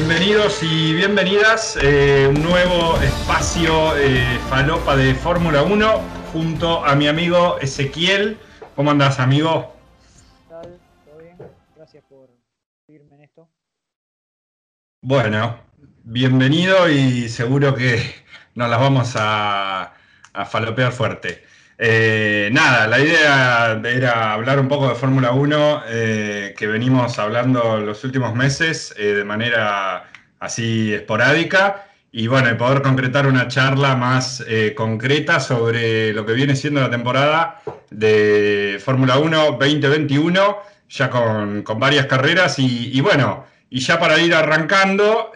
Bienvenidos y bienvenidas. Un nuevo espacio falopa de Fórmula 1 junto a mi amigo Ezequiel. ¿Cómo andás, amigo? ¿Qué tal? ¿Todo bien? Gracias por seguirme en esto. Bueno, bienvenido y seguro que nos las vamos a falopear fuerte. Nada, la idea era hablar un poco de Fórmula 1 que venimos hablando los últimos meses de manera así esporádica y bueno, y poder concretar una charla más concreta sobre lo que viene siendo la temporada de Fórmula 1 2021, ya con varias carreras y bueno. Y ya para ir arrancando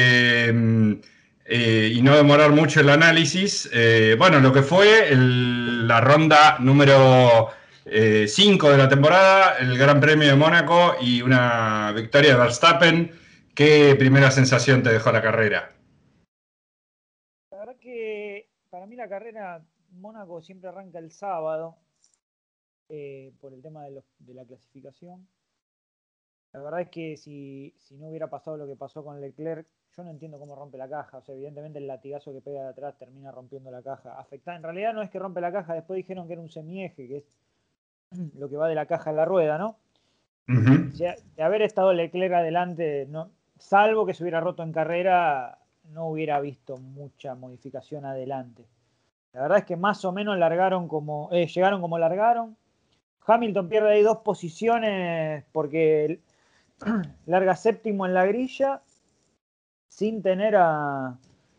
y no demorar mucho el análisis, bueno, lo que fue la ronda número 5 de la temporada, el Gran Premio de Mónaco y una victoria de Verstappen. ¿Qué primera sensación te dejó la carrera? La verdad que para mí la carrera Mónaco siempre arranca el sábado por el tema de la clasificación. La verdad es que si no hubiera pasado lo que pasó con Leclerc, yo no entiendo cómo rompe la caja. O sea, evidentemente el latigazo que pega de atrás termina rompiendo la caja. En realidad no es que rompe la caja, después dijeron que era un semieje, que es lo que va de la caja a la rueda, ¿no? Uh-huh. De haber estado Leclerc adelante, no, salvo que se hubiera roto en carrera, no hubiera visto mucha modificación adelante. La verdad es que más o menos llegaron como largaron. Hamilton pierde ahí 2 posiciones porque larga séptimo en la grilla sin tener a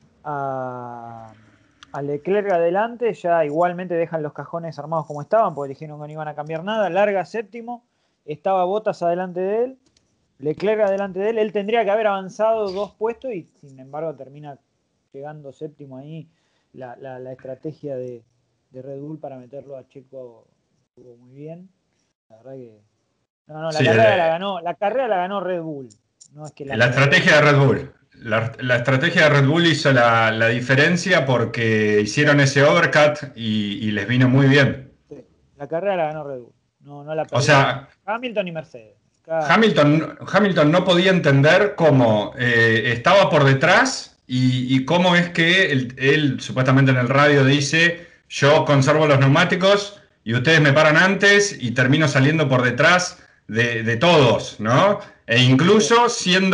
Leclerc adelante. Ya igualmente dejan los cajones armados como estaban porque dijeron que no iban a cambiar nada. Larga séptimo, estaba Bottas adelante de él, Leclerc adelante de él. Él tendría que haber avanzado 2 puestos y sin embargo termina llegando séptimo ahí. La estrategia de Red Bull para meterlo a Checo estuvo muy bien. La verdad que la Sí, carrera la ganó Red Bull. No es que la la perdió. estrategia de Red Bull. La estrategia de Red Bull hizo la diferencia porque hicieron ese overcut y les vino muy bien. Sí, la carrera la ganó Red Bull. No la O perdió ni sea, Hamilton ni Mercedes. Acá, Hamilton no podía entender cómo estaba por detrás y cómo es que él supuestamente en el radio dice, yo conservo los neumáticos y ustedes me paran antes y termino saliendo por detrás de todos, ¿no? E sí, incluso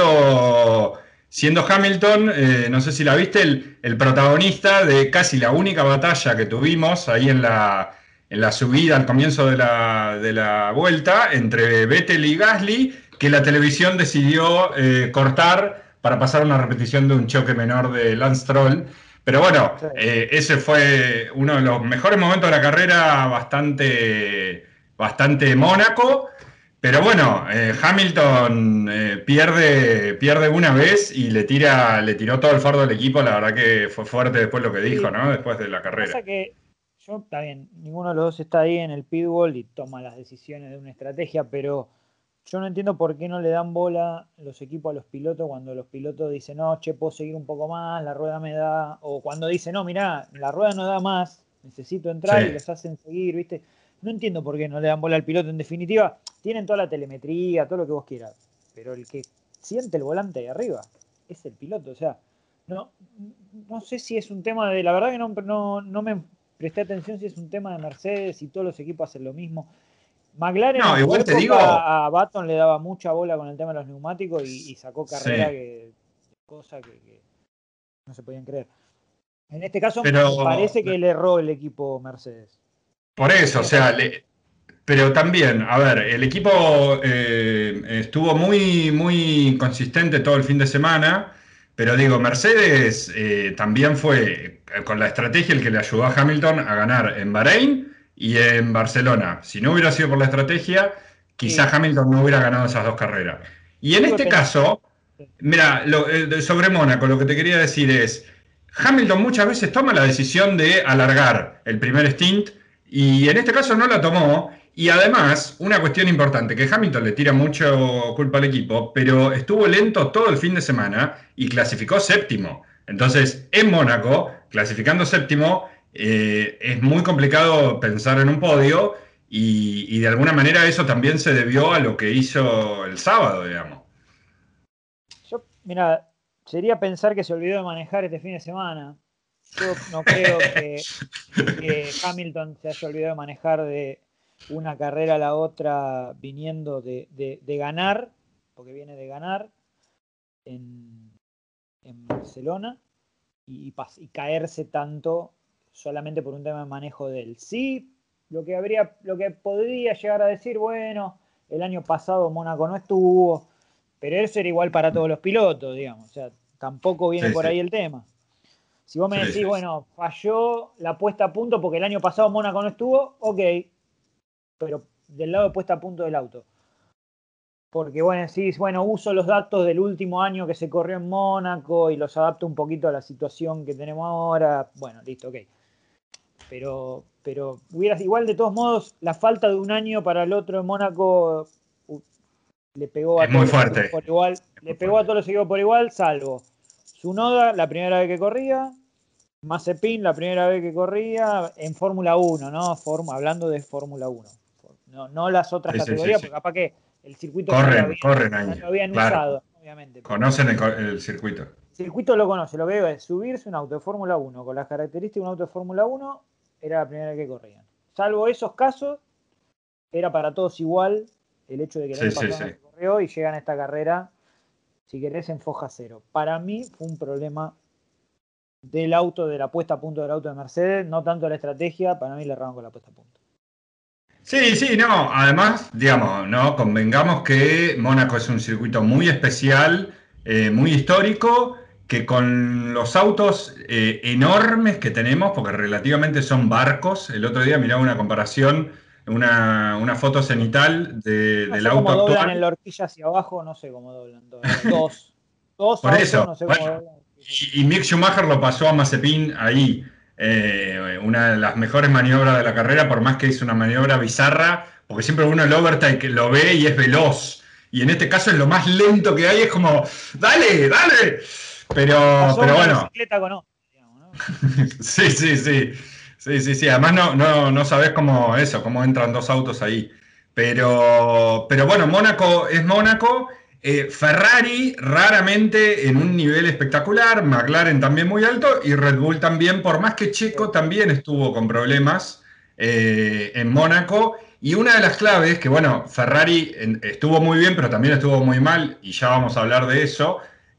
siendo Hamilton, no sé si la viste, el protagonista de casi la única batalla que tuvimos ahí en la subida al comienzo de la vuelta entre Vettel y Gasly, que la televisión decidió cortar para pasar una repetición de un choque menor de Lance Stroll. Pero bueno, sí. ese fue uno de los mejores momentos de la carrera, bastante Mónaco. Pero bueno, Hamilton pierde una vez y le tiró todo el fardo al equipo. La verdad que fue fuerte después lo que dijo, Sí, ¿no? Después de la carrera. pasa que está bien, ninguno de los dos está ahí en el pitbull y toma las decisiones de una estrategia, pero yo no entiendo por qué no le dan bola los equipos a los pilotos cuando los pilotos dicen, no, che, puedo seguir un poco más, la rueda me da, o cuando dicen, no, mirá, la rueda no da más, necesito Sí. entrar y los hacen seguir, ¿viste? No entiendo por qué no le dan bola al piloto. En definitiva, tienen toda la telemetría, todo lo que vos quieras, pero el que siente el volante ahí arriba es el piloto, o sea, no, no sé si es un tema de, la verdad que no me presté atención si es un tema de Mercedes y todos los equipos hacen lo mismo. McLaren No, en su igual te digo, época a Baton le daba mucha bola con el tema de los neumáticos y sacó carrera sí, cosa que no se podían creer. En este caso me pero parece que le erró el equipo Mercedes. por eso, o Tiene sea, razón. pero también, a ver, el equipo estuvo muy, muy consistente todo el fin de semana, pero digo, Mercedes también fue con la estrategia el que le ayudó a Hamilton a ganar en Bahrein y en Barcelona. Si no hubiera sido por la estrategia, quizá Sí, Hamilton no hubiera ganado esas dos carreras. Y yo en estuve este pensando. caso, mira, sobre Mónaco, lo que te quería decir es, Hamilton muchas veces toma la decisión de alargar el primer stint y en este caso no la tomó. Y además, una cuestión importante, que Hamilton le tira mucho culpa al equipo, pero estuvo lento todo el fin de semana y clasificó séptimo. Entonces, en Mónaco, clasificando séptimo, es muy complicado pensar en un podio y de alguna manera eso también se debió a lo que hizo el sábado, digamos. Mira, sería pensar que se olvidó de manejar este fin de semana. Yo no creo que Hamilton se haya olvidado de manejar de una carrera a la otra viniendo de ganar, porque viene de ganar en Barcelona y caerse tanto solamente por un tema de manejo de él. Sí, lo que podría llegar a decir, bueno, el año pasado Mónaco no estuvo, pero eso era igual para todos los pilotos, digamos. O sea, tampoco viene Sí, por sí, ahí el tema. Si vos me sí, decís, sí, sí. bueno, falló la puesta a punto porque el año pasado Mónaco no estuvo, ok, pero del lado de puesta a punto del auto. Porque bueno, decís, bueno, uso los datos del último año que se corrió en Mónaco y los adapto un poquito a la situación que tenemos ahora. Bueno, listo, ok. Pero igual de todos modos, la falta de un año para el otro en Mónaco le pegó a Es todos muy los equipos fuerte. por igual, Es le muy pegó a fuerte. todos los equipos por igual, salvo Tsunoda, la primera vez que corría, Mazepin, la primera vez que corría en Fórmula 1, ¿no? Hablando de Fórmula 1. No las otras Sí, sí, sí, categorías, sí. porque capaz que el circuito Corren ya ahí, lo habían claro. usado, obviamente, pero Conocen el circuito. el circuito lo conoce, lo que veo es subirse un auto de Fórmula 1 con las características de un auto de Fórmula 1, era la primera vez que corrían. Salvo esos casos, era para todos igual el hecho de que el Sí, año sí, pasado sí. no se corrió y llegan a esta carrera, si querés, en foja cero. Para mí fue un problema del auto, de la puesta a punto del auto de Mercedes, no tanto la estrategia, para mí le erraron con la puesta a punto. Sí, sí, no. Además, digamos, no convengamos que Mónaco es un circuito muy especial, muy histórico, que con los autos enormes que tenemos, porque relativamente son barcos. El otro día miraba una comparación, una foto cenital No del sé auto cómo doblan en actual. la horquilla hacia abajo, no sé cómo doblan todavía. Dos Por autos, eso, no sé bueno, cómo doblan. y Mick Schumacher lo pasó a Mazepin ahí. Una de las mejores maniobras de la carrera, por más que hizo una maniobra bizarra, porque siempre uno el overtake que lo ve y es veloz. Y en este caso es lo más lento que hay, es como, dale, dale. Le pasó a Pero una bueno, bicicleta con otra, digamos, ¿no? sí, sí, sí. Sí, sí, sí. Además no sabes cómo entran dos autos ahí. Pero bueno, Mónaco es Mónaco. Ferrari raramente en un nivel espectacular, McLaren también muy alto y Red Bull también, por más que Checo Sí. también estuvo con problemas en Mónaco. Y una de las claves, que bueno, Ferrari estuvo muy bien, pero también estuvo muy mal, y ya vamos a hablar de eso.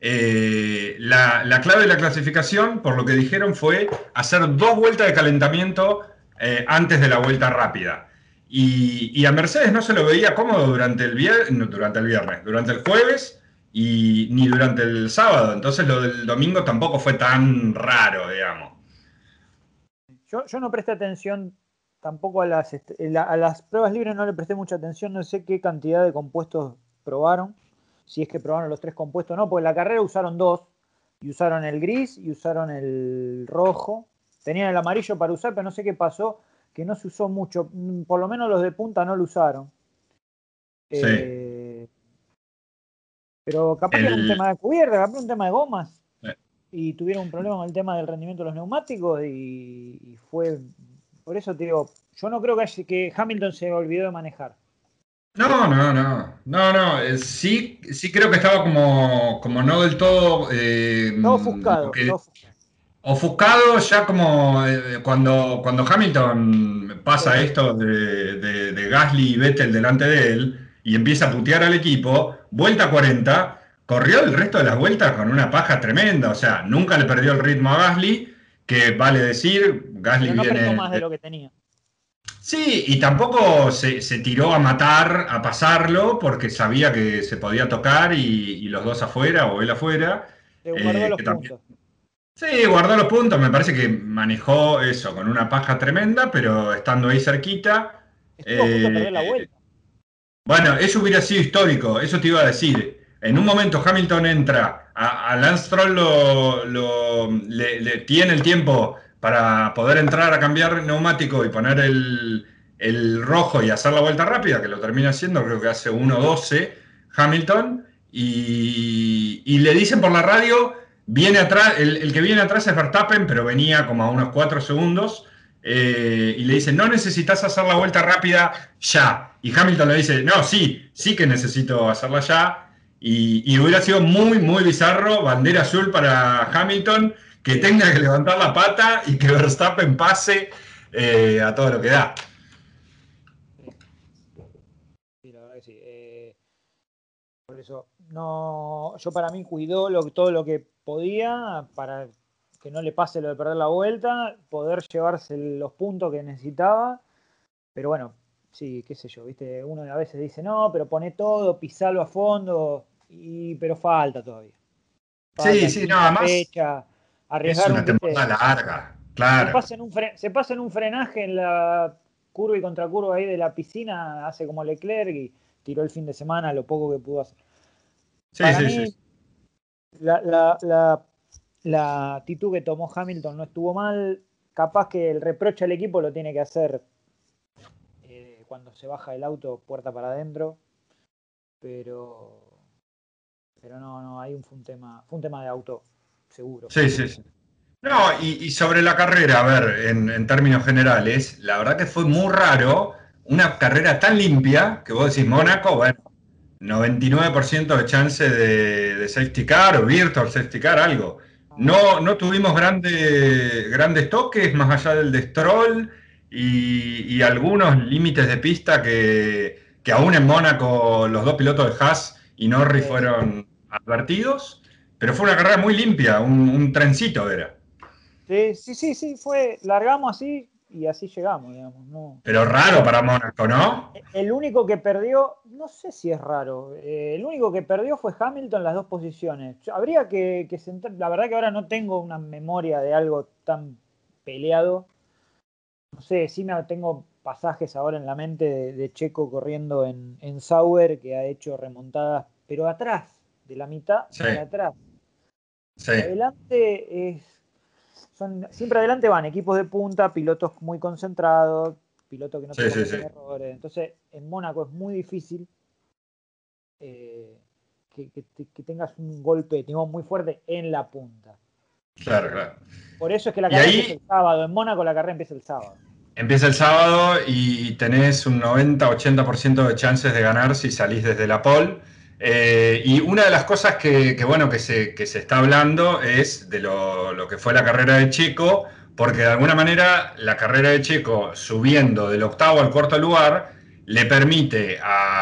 La clave de la clasificación, por lo que dijeron, fue hacer dos vueltas de calentamiento antes de la vuelta rápida. Y a Mercedes no se lo veía cómodo durante el jueves y ni durante el sábado. Entonces lo del domingo tampoco fue tan raro, digamos. Yo no presté atención tampoco a las pruebas libres, no le presté mucha atención, no sé qué cantidad de compuestos probaron, si es que probaron los tres compuestos o no, porque en la carrera usaron dos, y usaron el gris y usaron el rojo, tenían el amarillo para usar, pero no sé qué pasó, que no se usó mucho, por lo menos los de punta no lo usaron. Sí. Eh, pero capaz que era un El, tema de cubierta, capaz un tema de gomas, eh, y tuvieron un problema con el tema del rendimiento de los neumáticos y fue, por eso te digo, yo no creo que Hamilton se olvidó de manejar. no. Sí, sí creo que estaba como no del todo Todo lo ofuscado, que todo ofuscado. ofuscado ya como cuando Hamilton pasa Sí, esto de Gasly y Vettel delante de él y empieza a putear al equipo, vuelta 40, corrió el resto de las vueltas con una paja tremenda, o sea, nunca le perdió el ritmo a Gasly, que vale decir, Gasly pero no apretó viene... más de lo que tenía. Sí, y tampoco se tiró a matar, a pasarlo, porque sabía que se podía tocar y los dos afuera o él afuera. Se guardó los Que también puntos. Sí, guardó los puntos, me parece que manejó eso con una paja tremenda, pero estando ahí cerquita. Estuvo a punto de eh, perder la vuelta. bueno, eso hubiera sido histórico, eso te iba a decir. En un momento Hamilton entra, a Lance Stroll le tiene el tiempo para poder entrar a cambiar neumático y poner el rojo y hacer la vuelta rápida, que lo termina haciendo, creo que hace 1:12 Hamilton, y le dicen por la radio, viene atrás, el que viene atrás es Verstappen, pero venía como a unos 4 segundos, y le dicen, no necesitas hacer la vuelta rápida ya. Y Hamilton le dice, no, sí que necesito hacerla ya. Y hubiera sido muy, muy bizarro, bandera azul para Hamilton, que tenga que levantar la pata y que Verstappen pase a todo lo que da. Sí, sí, la verdad que sí. Por eso, no, yo para mí cuidó todo lo que podía para que no le pase lo de perder la vuelta, poder llevarse los puntos que necesitaba. Pero bueno, sí, qué sé yo, ¿viste? Uno a veces dice, no, pero pone todo, pisalo a fondo, pero falta todavía. Sí, Falta sí, quinta nada más. fecha, Es arriesgar una ¿viste? temporada larga, Se claro. pasa en un frenaje en la curva y contracurva ahí de la piscina, hace como Leclerc y tiró el fin de semana lo poco que pudo hacer. Sí, Para sí, sí. mí, la, la, la, la actitud que tomó Hamilton no estuvo mal. Capaz que el reproche al equipo lo tiene que hacer cuando se baja el auto puerta para adentro, pero, pero no, ahí fue un tema de auto, seguro. Sí, sí, sí. No, y sobre la carrera, a ver, en términos generales, la verdad que fue muy raro una carrera tan limpia que vos decís Sí. Mónaco, bueno, 99% de chance de safety car o virtual safety car, algo. No, No tuvimos grandes toques más allá del de Stroll y algunos límites de pista que aún en Mónaco los dos pilotos de Haas y Norris sí, sí. fueron advertidos, pero fue una carrera muy limpia, un trencito era. Sí, sí, sí, sí, largamos así y así llegamos, digamos, no. Pero raro para Mónaco, ¿no? El único que perdió, no sé si es raro, el único que perdió fue Hamilton en las dos posiciones. Habría que sentar, la verdad que ahora no tengo una memoria de algo tan peleado. No sé, sí tengo pasajes ahora en la mente de Checo corriendo en Sauber, que ha hecho remontadas, pero atrás, de la mitad Sí, para atrás. sí, Adelante siempre adelante van equipos de punta, pilotos muy concentrados, pilotos que no te sí, sí, sí. cometen errores. Entonces, en Mónaco es muy difícil eh, que tengas un golpe de timón muy fuerte en la punta. Claro, claro. Por eso es que la Y carrera empieza ahí el sábado. En Mónaco la carrera empieza el sábado. empieza el sábado y tenés un 90-80% de chances de ganar si salís desde la pole. Y una de las cosas bueno, que se está hablando es de lo que fue la carrera de Checo, porque de alguna manera la carrera de Checo subiendo del octavo al cuarto lugar le permite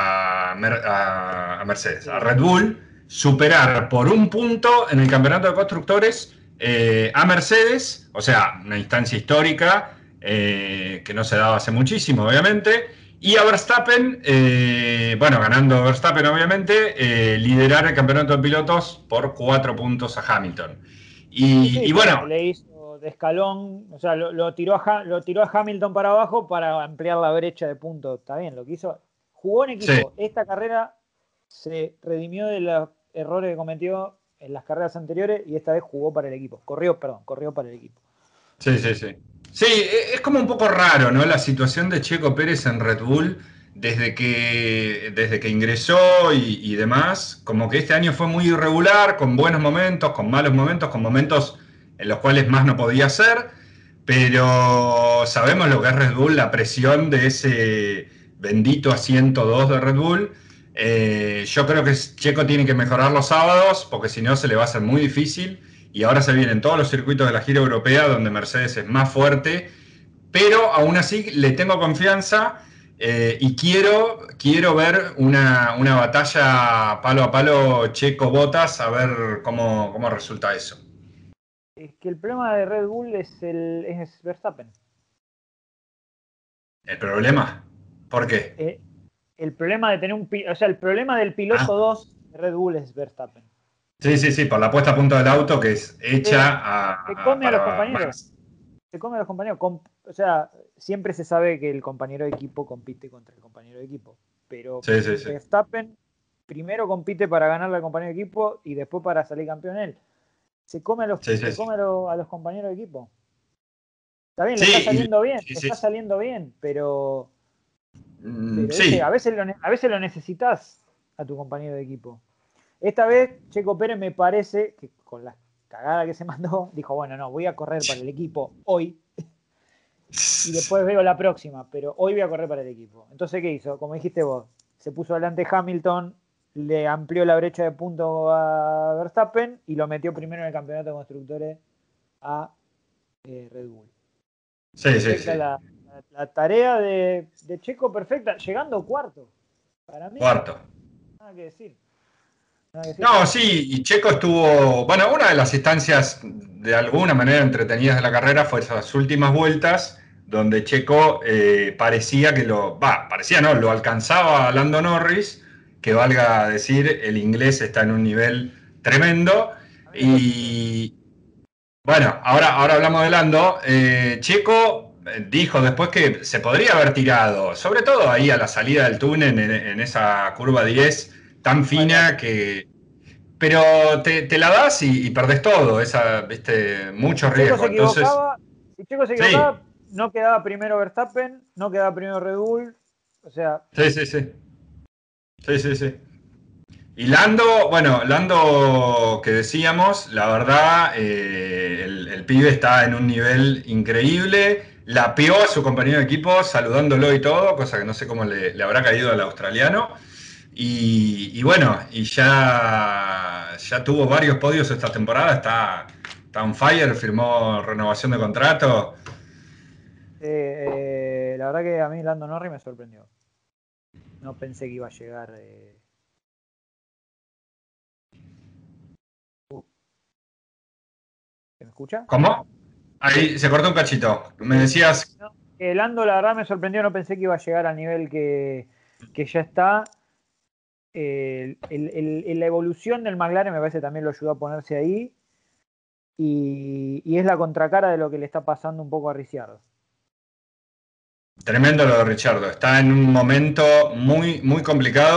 a Mercedes, a Sí, Red Bull, superar por un punto en el campeonato de constructores a Mercedes, o sea, una instancia histórica que no se daba hace muchísimo, obviamente, y a Verstappen, bueno, ganando Verstappen, obviamente, liderar el campeonato de pilotos por 4 puntos a Hamilton. sí, sí, Y bueno, se le hizo de escalón, o sea, lo tiró a Hamilton para abajo para ampliar la brecha de puntos. Está bien, lo que hizo. Jugó en sí, equipo. Esta carrera se redimió de los errores que cometió en las carreras anteriores y esta vez jugó para el equipo. Corrió para el equipo. sí, sí, sí. Sí, es como un poco raro, ¿no? La situación de Checo Pérez en Red Bull desde que ingresó y demás, como que este año fue muy irregular, con buenos momentos, con malos momentos, con momentos en los cuales más no podía hacer, pero sabemos lo que es Red Bull, la presión de ese bendito asiento 2 de Red Bull. Yo creo que Checo tiene que mejorar los sábados, porque si no se le va a hacer muy difícil y ahora se vienen todos los circuitos de la gira europea donde Mercedes es más fuerte, pero aún así le tengo confianza y quiero ver una batalla palo a palo Checo-Botas, a ver cómo resulta eso. Es que el problema de Red Bull es Verstappen. ¿El problema? ¿Por qué? Eh, el problema de tener o sea, el problema del Ah, piloto 2 de Red Bull es Verstappen. sí, sí, sí, por la puesta a punto del auto que es Eh, hecha se come a los para compañeros. Max. Se come a los compañeros. O sea, siempre se sabe que el compañero de equipo compite contra el compañero de equipo. Pero Sí, sí, sí. Verstappen primero compite para ganarle al compañero de equipo y después para salir campeón él. Sí, sí, Se sí. come a los compañeros de equipo. Está bien, Sí, sí, le sí, está sí. saliendo bien, pero viste, Sí, a veces lo necesitas a tu compañero de equipo. Esta vez, Checo Pérez me parece que con la cagada que se mandó, dijo, bueno, no, voy a correr para el equipo hoy y después veo la próxima, pero hoy voy a correr para el equipo. Entonces, ¿qué hizo? Como dijiste vos, se puso adelante Hamilton, le amplió la brecha de puntos a Verstappen y lo metió primero en el campeonato de constructores a Red Bull. Sí, Perfecta la tarea de Checo, perfecta, llegando cuarto. Para mí, cuarto. nada que decir. Nada que decir. No, sí, y Checo estuvo, bueno, una de las instancias de alguna manera entretenidas de la carrera fue esas últimas vueltas donde Checo parecía que parecía no, lo alcanzaba a Lando Norris, que valga decir, el inglés está en un nivel tremendo. A mí me sorprendió. Y bueno, ahora hablamos de Lando. Checo dijo después que se podría haber tirado, sobre todo ahí a la salida del túnel, en esa curva 10 tan fina que... Pero te la das y perdés todo, viste, mucho Si Checo riesgo. se Entonces, equivocaba, si Checo se sí, equivocaba, no quedaba primero Verstappen, no quedaba primero Red Bull. O sea, sí, sí, sí. Sí, sí, sí. Y Lando, bueno, Lando que decíamos, la verdad, el pibe está en un nivel increíble. Lapeó a su compañero de equipo saludándolo y todo, cosa que no sé cómo le habrá caído al australiano. Y bueno, y ya tuvo varios podios esta temporada, está on fire, firmó renovación de contrato. la verdad que a mí Lando Norris me sorprendió. No pensé que iba a llegar. ¿Se me escucha? ¿Cómo? Ahí se cortó un cachito. Me decías, No, Lando, la verdad me sorprendió, no pensé que iba a llegar al nivel que ya está. La evolución del McLaren me parece también lo ayudó a ponerse ahí. Y es la contracara de lo que le está pasando un poco a Ricciardo. tremendo lo de Richardo, está en un momento muy, muy complicado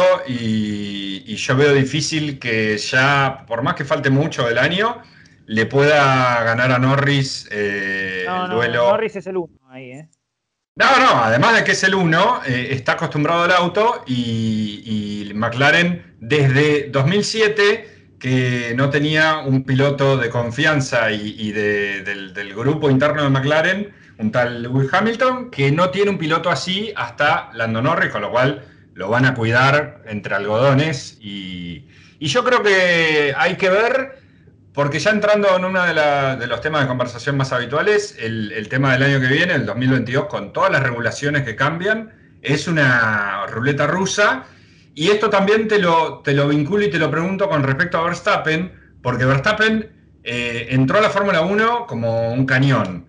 y yo veo difícil que ya, por más que falte mucho del año, le pueda ganar a Norris No, el no, duelo. Norris es el uno ahí, ¿eh? No, no, además de que es el uno, está acostumbrado al auto y McLaren desde 2007, que no tenía un piloto de confianza del grupo interno de McLaren, un tal Lewis Hamilton, que no tiene un piloto así hasta Lando Norris, con lo cual lo van a cuidar entre algodones y yo creo que hay que ver porque ya entrando en uno de los temas de conversación más habituales, el tema del año que viene, el 2022, con todas las regulaciones que cambian, es una ruleta rusa. Y esto también te lo vinculo y te lo pregunto con respecto a Verstappen, porque Verstappen entró a la Fórmula 1 como un cañón.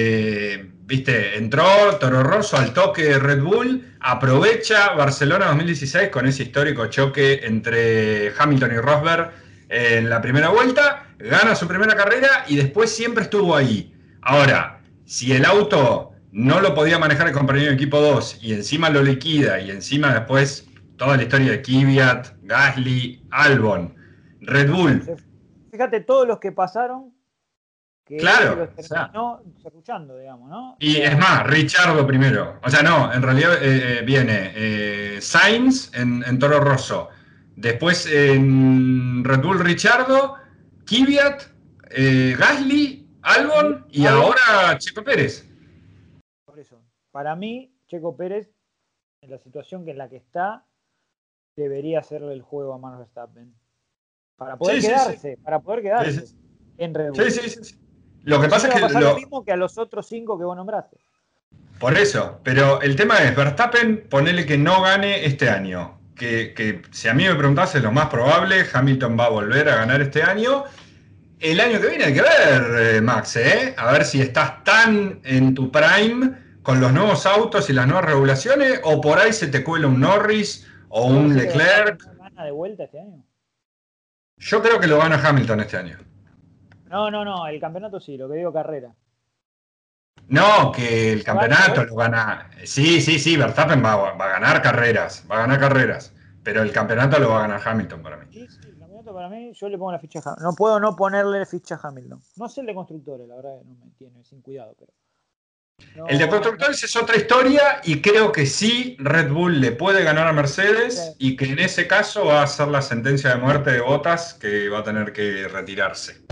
Viste, entró Toro Rosso al toque de Red Bull, aprovecha Barcelona 2016 con ese histórico choque entre Hamilton y Rosberg en la primera vuelta, gana su primera carrera y después siempre estuvo ahí. Ahora, si el auto no lo podía manejar el compañero de equipo 2 y encima lo liquida y encima después toda la historia de Kvyat, Gasly, Albon, Red Bull. Fíjate todos los que pasaron que se Claro, los o sea, terminó cerruchando, digamos, ¿no? O y es sea, más, Richardo primero. O sea, no, en realidad viene Sainz en Toro Rosso. Después en Red Bull Richardo, Kvyat, Gasly, Albon y Albon, ahora Checo Pérez. por eso. Para mí, Checo Pérez, en la situación en la que está, debería hacerle el juego a Max Verstappen. Sí, sí, sí. Para poder Sí, quedarse sí, en Red sí, Bull. sí, sí, sí. Lo que Si no pasa le es va a que pasar lo mismo que a los otros 5 que vos nombraste. por eso, pero el tema es, Verstappen, ponele que no gane este año. Que si a mí me preguntase, lo más probable, Hamilton va a volver a ganar este año. El año que viene hay que ver, Max, ¿eh? A ver si estás tan en tu prime con los nuevos autos y las nuevas regulaciones, o por ahí se te cuela un Norris o ¿Vos un decís que Verstappen Leclerc. no gana de vuelta este año? Yo creo que lo gana Hamilton este año. No, no, no, el campeonato sí, lo que digo carrera. No, que el ¿Lo gana de campeonato vuelta? lo gana. Sí, sí, sí, Verstappen va a ganar carreras, va a ganar carreras, pero el campeonato lo va a ganar Hamilton para mí. Sí, sí, el campeonato para mí, yo le pongo la ficha a Hamilton. No puedo no ponerle ficha a Hamilton. No sé el de constructores, la verdad que no me tiene sin cuidado, pero. El de No, no, no. constructores es otra historia y creo que sí, Red Bull le puede ganar a Mercedes Eh, y que en ese caso va a ser la sentencia de muerte de Bottas que va a tener que retirarse.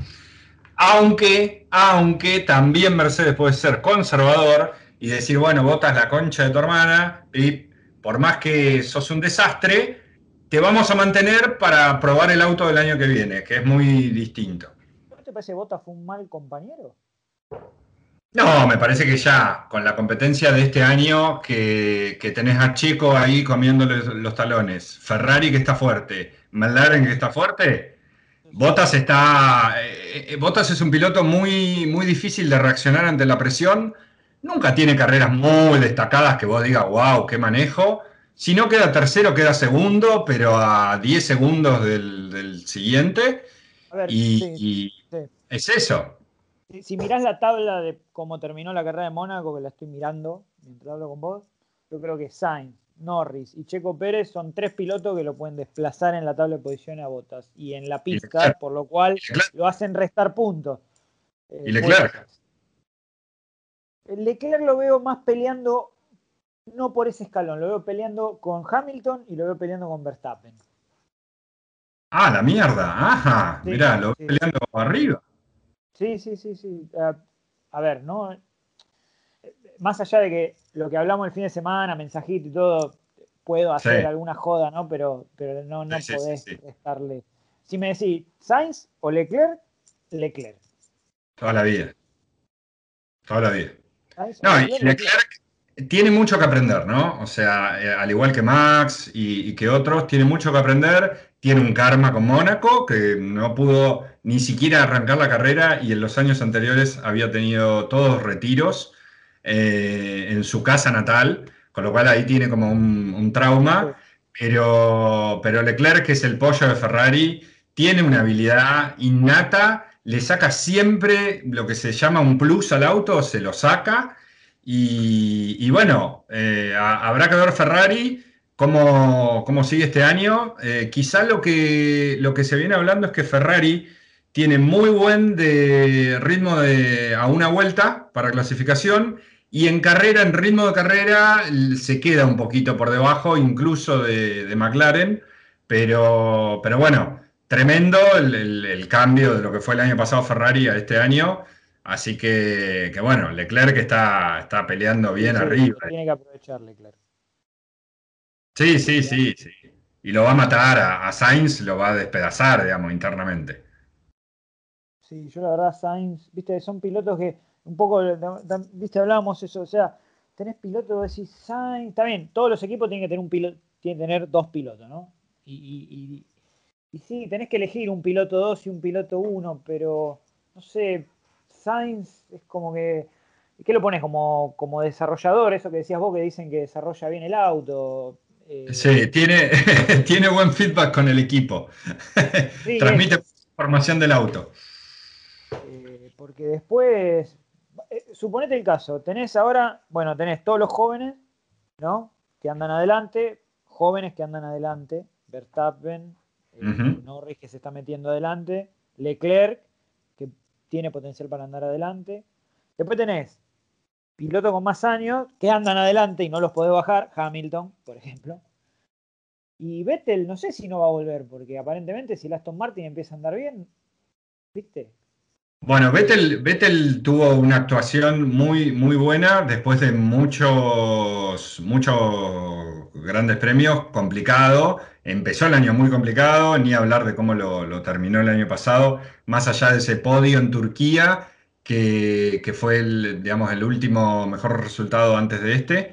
Aunque también Mercedes puede ser conservador y decir, bueno, Bottas la concha de tu hermana y por más que sos un desastre, te vamos a mantener para probar el auto del año que viene, que es muy distinto. ¿No te parece que Bottas fue un mal compañero? No, me parece que ya con la competencia de este año, que tenés a Checo ahí comiéndole los talones, Ferrari que está fuerte, McLaren que está fuerte, Bottas es un piloto muy, muy difícil de reaccionar ante la presión. Nunca tiene carreras muy destacadas que vos digas, wow, qué manejo. Si no queda tercero, queda segundo, pero a 10 segundos del siguiente. A ver, Y, sí, y sí. es eso. Si mirás la tabla de cómo terminó la carrera de Mónaco, que la estoy mirando mientras hablo con vos, yo creo que Sainz, Norris y Checo Pérez son 3 pilotos que lo pueden desplazar en la tabla de posiciones a Bottas y en la Y pista, Leclerc, por lo cual y Leclerc, lo hacen restar puntos. y Leclerc. Bottas. El Leclerc lo veo más peleando, no por ese escalón, lo veo peleando con Hamilton y lo veo peleando con Verstappen. Ah, la mierda. Ajá, Sí, mirá, lo voy sí, peleando arriba. sí, sí, sí, sí. A ver, ¿no? Más allá de que lo que hablamos el fin de semana, mensajito y todo, puedo Sí, hacer alguna joda, ¿no? Pero no, sí, no sí, sí, podés sí. restarle. Si me decís Sainz o Leclerc, Leclerc. Toda la vida, toda la vida. Sainz o No, y Leclerc, Leclerc. Leclerc tiene mucho que aprender, ¿no? O sea, al igual que Max y que otros, tiene mucho que aprender. Tiene un karma con Mónaco, que no pudo ni siquiera arrancar la carrera y en los años anteriores había tenido todos retiros en su casa natal, con lo cual ahí tiene como un Sí, trauma. Pero Leclerc, que es el pollo de Ferrari, tiene una habilidad innata, le saca siempre lo que se llama un plus al auto, se lo saca. Y bueno, habrá que ver Ferrari cómo sigue este año. Quizá lo que se viene hablando es que Ferrari tiene muy buen ritmo a una vuelta para clasificación y en carrera, en ritmo de carrera, se queda un poquito por debajo incluso de McLaren, pero bueno, tremendo el cambio de lo que fue el año pasado Ferrari a este año. Así que bueno, Leclerc está peleando sí, bien sí, arriba. lo tiene que aprovechar Leclerc. Sí, Sí, sí, sí, sí, sí. Y lo va a matar a Sainz, lo va a despedazar, digamos, internamente. sí, yo la verdad Sainz, viste, son pilotos que un poco, viste, hablábamos eso, o sea, tenés pilotos, decís Sainz, está bien, todos los equipos tienen que tener un piloto, tienen que tener 2 pilotos, ¿no? Y sí, tenés que elegir un piloto 2 y un piloto uno, pero no sé, Sainz es como que. ¿Qué lo pones como desarrollador? Eso que decías vos que dicen que desarrolla bien el auto. Sí, tiene buen feedback con el equipo. Sí, Transmite eso. información del auto. Porque después, suponete el caso, tenés ahora, bueno, tenés todos los jóvenes, ¿no? Que andan adelante, jóvenes que andan adelante, Verstappen, Ujú. Norris que se está metiendo adelante, Leclerc que tiene potencial para andar adelante. Después tenés pilotos con más años que andan adelante y no los podés bajar, Hamilton, por ejemplo. Y Vettel no sé si no va a volver, porque aparentemente si el Aston Martin empieza a andar bien, ¿viste? Bueno, Vettel tuvo una actuación muy, muy buena después de muchos grandes premios, complicado. Empezó el año muy complicado, ni hablar de cómo lo terminó el año pasado, más allá de ese podio en Turquía, que fue digamos, el último mejor resultado antes de este.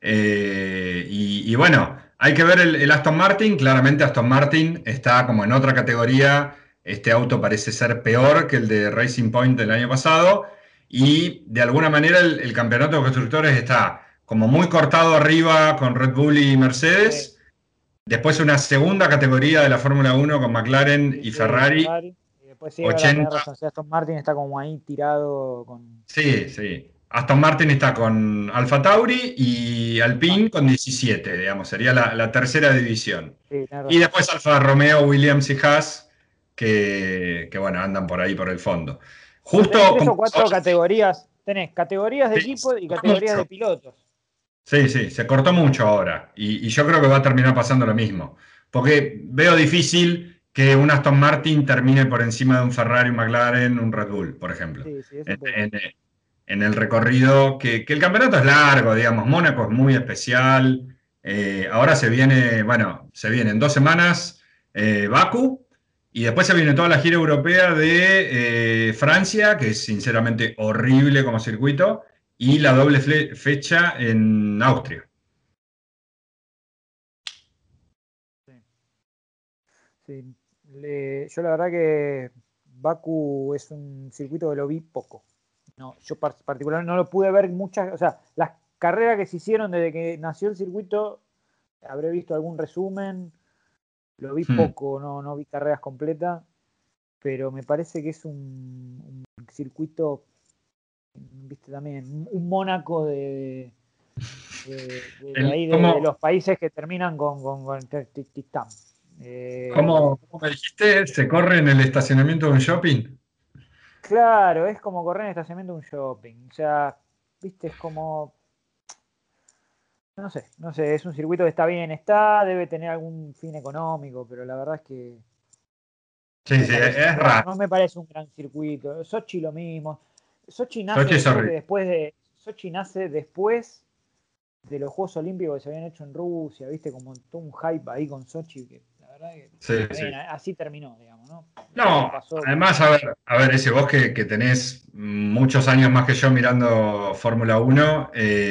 Y bueno, hay que ver el Aston Martin. Claramente Aston Martin está como en otra categoría. Este auto parece ser peor que el de Racing Point del año pasado y de alguna manera el campeonato de constructores está como muy cortado arriba con Red Bull y Sí, Mercedes. Después una segunda categoría de la Fórmula Uno con McLaren sí, y sí, Ferrari, Ferrari. Y después sí, es verdad, tenés 80. razón. Si Aston Martin está como ahí tirado con. Sí, sí. Aston Martin está con Alfa Tauri y Ah, Alpine con 17, digamos, sería la tercera división. sí, tenés Y razón. después Alfa Romeo, Williams y Haas, bueno, andan por ahí por el fondo. O sea, tenés Justo tres como o cuatro categorías. Tenés categorías de sí, equipo se y cortó categorías de mucho. pilotos. Sí, sí, se cortó mucho ahora. Y yo creo que va a terminar pasando lo mismo. Porque veo difícil que un Aston Martin termine por encima de un Ferrari, un McLaren, un Red Bull, por ejemplo. Sí, sí, eso En, puede en- pasar. en el recorrido, que el campeonato es largo, digamos. Mónaco es muy especial. Ahora se viene, bueno, se viene en 2 semanas Bakú, y después se viene toda la gira europea de Francia, que es sinceramente horrible como circuito, y la doble fecha en Austria. Sí. Sí. Yo la verdad que Baku es un circuito que lo vi poco. No, yo particularmente no lo pude ver muchas, o sea, las carreras que se hicieron desde que nació el circuito, habré visto algún resumen, lo vi Hmm. poco, no vi carreras completas, pero me parece que es un circuito, viste, también un Mónaco de ahí, de ¿Cómo, los países que terminan con Titán. cómo me dijiste? ¿Se corre en el estacionamiento de un shopping? Claro, es como correr en estacionamiento de un shopping. O sea, viste, es como. No sé, es un circuito que está bien, debe tener algún fin económico, pero la verdad es que no Sí, me sí, parece un es gran, raro. no me parece un gran circuito. Sochi lo mismo. Sochi Sochi nace, es creo que horrible. después de. Sochi nace después de los Juegos Olímpicos que se habían hecho en Rusia, viste, como todo un hype ahí con Sochi, que la verdad que Sí, está sí. bien, así terminó, digamos, ¿no? Después No, pasó. además, a ver, ese vos que tenés muchos años más que yo mirando Fórmula Uno,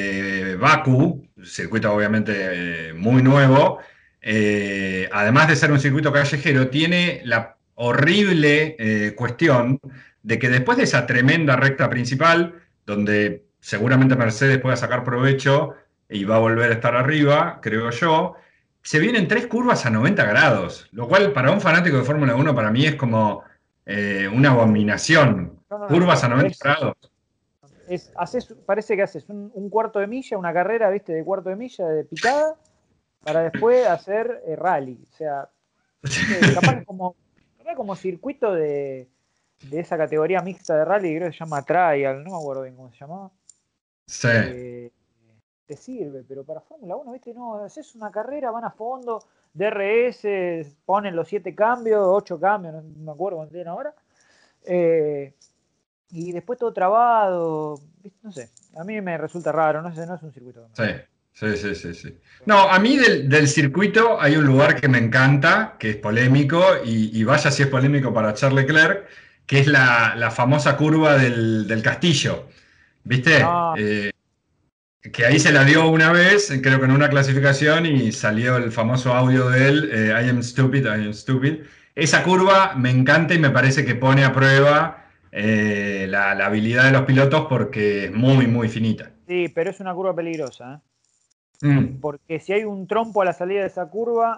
Bakú, circuito obviamente muy nuevo, además de ser un circuito callejero, tiene la horrible cuestión de que después de esa tremenda recta principal, donde seguramente Mercedes pueda sacar provecho y va a volver a estar arriba, creo yo, se vienen 3 curvas a 90 grados, lo cual para un fanático de Fórmula Uno para mí es como una abominación. No, Curvas a 90 grados. parece que haces un cuarto de milla, una carrera, viste, de cuarto de milla de picada, para después hacer rally. O sea, no sé, capaz como circuito de esa categoría mixta de rally, creo que se llama trial, no me acuerdo bien cómo se llamaba. Sí. eh, Te sirve, pero para Fórmula 1, viste, no, haces una carrera, van a fondo, DRS, ponen los 7 cambios, 8 cambios, no me acuerdo cuánto tienen ahora. eh, y después todo trabado, ¿viste? No sé, a mí me resulta raro, no sé, no es un circuito que me Sí, gusta. sí, sí, sí, sí. No, a mí del circuito hay un lugar que me encanta, que es polémico, y vaya si es polémico para Charles Leclerc, que es la famosa curva del castillo. ¿Viste? No, Que ahí se la dio una vez, creo que en una clasificación, y salió el famoso audio de él, I am stupid, I am stupid. Esa curva me encanta y me parece que pone a prueba la habilidad de los pilotos porque es muy, muy finita. sí, pero es una curva peligrosa, ¿eh? Mm, Porque si hay un trompo a la salida de esa curva,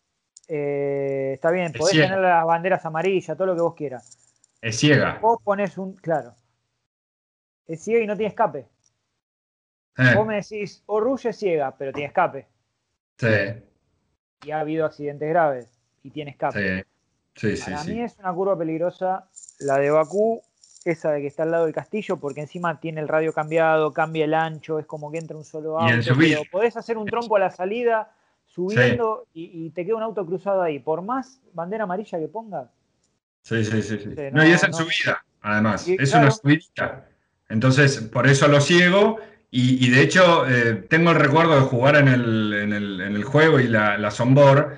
está bien, es podés tener ciega, las banderas amarillas, todo lo que vos quieras. es ciega. Vos pones claro, es ciega y no tiene escape. Vos Eh, me decís, Ruge es ciega, pero tiene escape. sí, Y ha habido accidentes graves y tiene sí, escape. sí, sí, Para mí sí. es una curva peligrosa la de Bakú, esa de que está al lado del castillo, porque encima tiene el radio cambiado, cambia el ancho, es como que entra un solo Y en auto, subir, pero podés hacer un trompo a la salida sí, subiendo y te queda un auto cruzado ahí. Por más bandera amarilla que pongas, sí, sí, sí, sí. No, y es no, en no. subida, además, Y es una claro, subidita. Entonces, por eso lo ciego. Y de hecho, tengo el recuerdo de jugar en el juego y la sombor.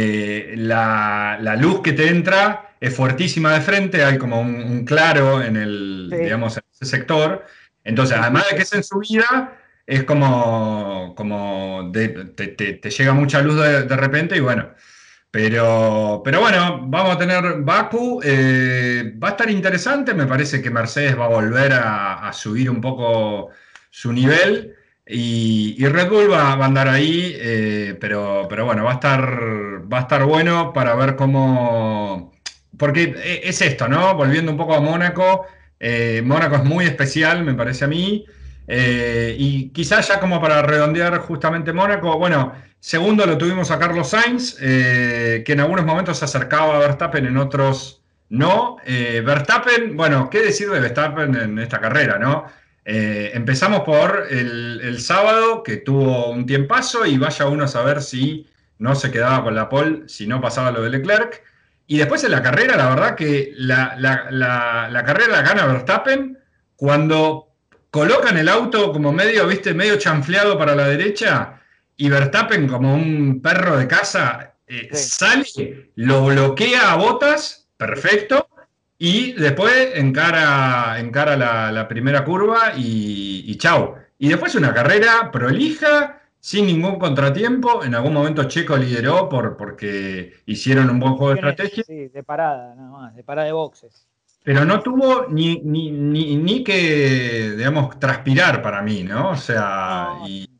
La luz que te entra es fuertísima de frente, hay como un claro sí, digamos, en ese sector. Entonces, sí, sí, además de que sí. es en subida, es como te llega mucha luz de repente y bueno. Pero bueno, vamos a tener Baku, va a estar interesante, me parece que Mercedes va a volver a subir un poco su nivel y Red Bull va a andar ahí, pero bueno, va a estar bueno para ver cómo, porque es esto, ¿no? Volviendo un poco a Mónaco, Mónaco es muy especial, me parece a mí, y quizás ya como para redondear justamente Mónaco, bueno. Segundo lo tuvimos a Carlos Sainz, que en algunos momentos se acercaba a Verstappen, en otros no. Verstappen, bueno, ¿qué decir de Verstappen en esta carrera, no? Empezamos por el sábado, que tuvo un tiempazo, y vaya uno a saber si no se quedaba con la pole, si no pasaba lo de Leclerc. Y después en la carrera, la verdad que la carrera la gana Verstappen cuando colocan el auto como medio, viste, medio chanfleado para la derecha y Verstappen, como un perro de casa, Sí, sale, lo bloquea a Bottas, sí. perfecto, y después encara la primera curva y chau. Y después una carrera prolija, sin ningún contratiempo. En algún momento Checo lideró porque hicieron un buen juego de Cuestiones, estrategia, sí, de parada, nada más, de parada de boxes. pero no tuvo ni que, digamos, transpirar para mí, ¿no? O sea, No, y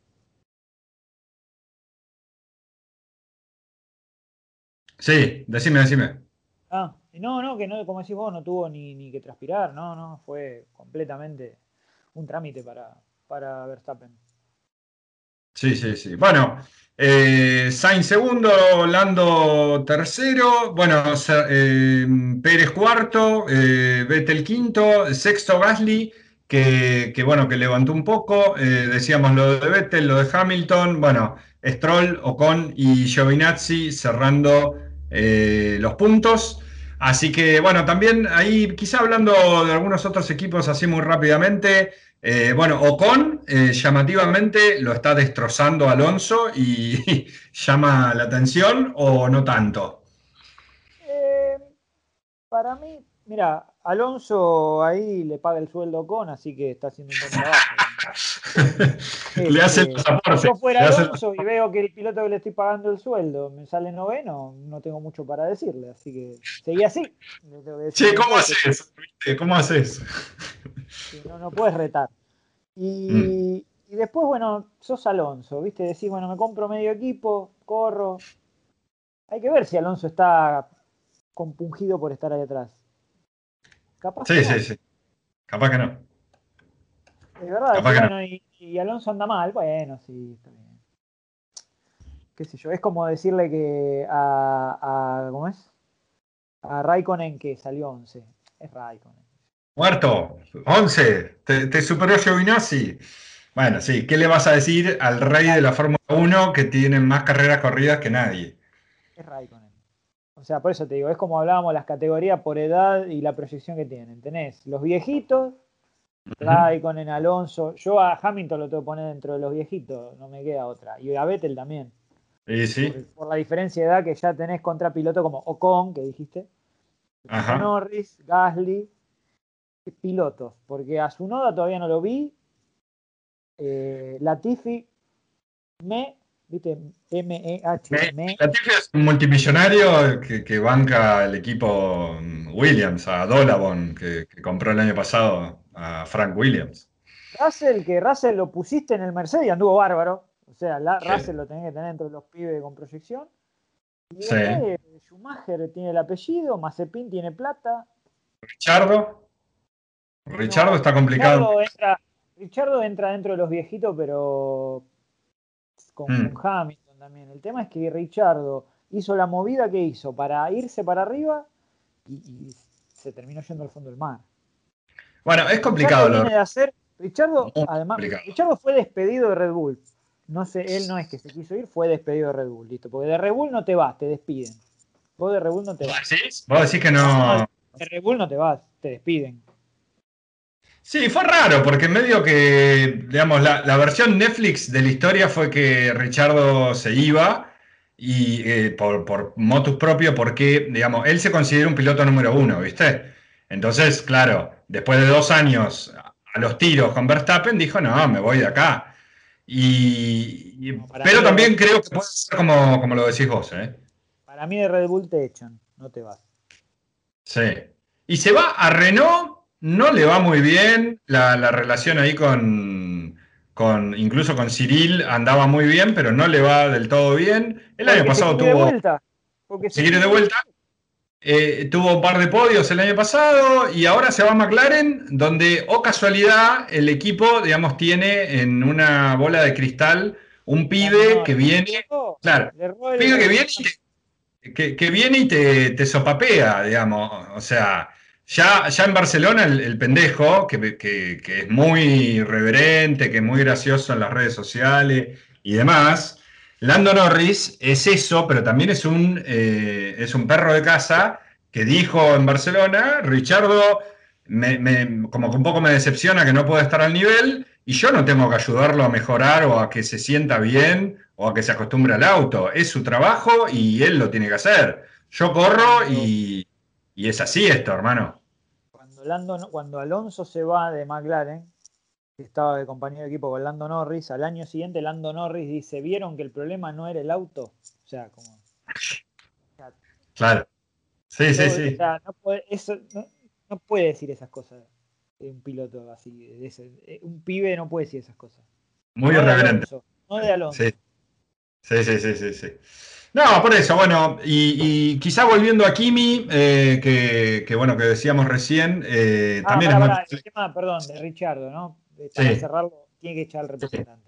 sí, decime. no, que no, como decís vos, no tuvo ni que transpirar, no, fue completamente un trámite para Verstappen. Sí. Bueno, Sainz segundo, Lando tercero, bueno, Pérez cuarto, Vettel quinto, sexto Gasly, bueno, que levantó un poco, decíamos lo de Vettel, lo de Hamilton, bueno, Stroll, Ocon y Giovinazzi cerrando los puntos. Así que, bueno, también ahí quizá hablando de algunos otros equipos así muy rápidamente. Bueno, Ocon llamativamente lo está destrozando Alonso y llama la atención o no tanto. Eh, para mí, mira, Alonso ahí le paga el sueldo con, así que está haciendo un buen trabajo. Le hace el Si pasaporte. yo fuera Le hace Alonso y veo que el piloto que le estoy pagando el sueldo me sale noveno, no tengo mucho para decirle, así que seguí así. Le tengo que decir, Che, no ¿cómo puedes, haces? ¿Viste? ¿Cómo haces? no puedes retar. Mm. Y después, bueno, sos Alonso, ¿viste? Decís, bueno, me compro medio equipo, corro. Hay que ver si Alonso está compungido por estar ahí atrás. Capaz que no. Sí. Capaz que no. Es verdad, Capaz decís, que no. bueno, y Alonso anda mal. Bueno, sí, está bien. Qué sé yo, es como decirle que ¿cómo es? A Raikkonen que salió 11. Es Raikkonen. Muerto. 11. Te superó Giovinazzi. Bueno, sí. ¿Qué le vas a decir al rey de la Fórmula Uno que tiene más carreras corridas que nadie? Es Raikkonen. O sea, por eso te digo, es como hablábamos las categorías por edad y la proyección que tienen. Tenés los viejitos, Ujú. Raikkonen, Alonso. Yo a Hamilton lo tengo que poner dentro de los viejitos, no me queda otra. Y a Vettel también. Y sí. Por la diferencia de edad que ya tenés contra piloto como Ocon, que dijiste, Lando Ajá. Norris, Gasly, pilotos. Porque a Tsunoda todavía no lo vi. Latifi, ¿viste? Me. Latifi es un multimillonario que banca el equipo Williams, a Dolabon, que compró el año pasado a Frank Williams. Que Russell lo pusiste en el Mercedes y anduvo bárbaro. O sea, Sí. Russell lo tenés que tener entre los pibes con proyección. Y Sí. después Schumacher tiene el apellido, Mazepin tiene plata. Richardo. Richardo No, está complicado. Richardo entra dentro de los viejitos, pero con Mm. Hamilton también. El tema es que Richardo hizo la movida que hizo para irse para arriba y se terminó yendo al fondo del mar. Bueno, es Richardo complicado, viene de hacer, muy además, complicado. Richardo fue despedido de Red Bull. No sé, él no es que se quiso ir, fue despedido de Red Bull, listo. Porque de Red Bull no te vas, te despiden. Vos de Red Bull no te ¿Vos vas. decís? ¿Vos decís que No, no? de Red Bull no te vas, te despiden. Sí, fue raro, porque medio que, digamos, la versión Netflix de la historia fue que Richardo se iba y por motus propio, porque, digamos, él se considera un piloto número uno, ¿viste? Entonces, claro, después de 2 años a los tiros con Verstappen, dijo, no, me voy de acá. No, Pero también creo que puede ser como lo decís vos, ¿eh? para mí de Red Bull te echan, no te vas. Sí. Y se va a Renault, no le va muy bien, la relación ahí incluso con Cyril andaba muy bien, pero no le va del todo bien. El año Porque se pasado quiere de tuvo, vuelta. Porque se seguir de quiere de vuelta, tuvo un par de podios el año pasado y ahora se va a McLaren, donde, oh casualidad, el equipo, digamos, tiene en una bola de cristal un a pibe que Norris. viene, claro, Le erró un pibe que el viene que viene y te sopapea, digamos. O sea, ya en Barcelona el pendejo, que es muy irreverente, que es muy gracioso en las redes sociales y demás, Lando Norris es eso, pero también es un perro de casa que dijo en Barcelona, Richardo, como que un poco me decepciona que no pueda estar al nivel y yo no tengo que ayudarlo a mejorar o a que se sienta bien o a que se acostumbre al auto. Es su trabajo y él lo tiene que hacer. Yo corro Cuando, y es así esto, hermano. cuando Alonso se va de McLaren, que estaba de compañero de equipo con Lando Norris, al año siguiente Lando Norris dice, ¿vieron que el problema no era el auto? O sea, como... O sea, Claro. Sí, sí, o sí. sea, no puede decir esas cosas de un piloto así. Un pibe no puede decir esas cosas. Muy No de irreverente. Alonso, no de Sí, Alonso. sí, sí, sí, sí, sí. No, por eso, bueno, y quizá volviendo a Kimi, bueno, que decíamos recién, también es muy... Pará, el tema, perdón, de Richardo, ¿no? Para Sí, cerrarlo, tiene que echar al sí. representante.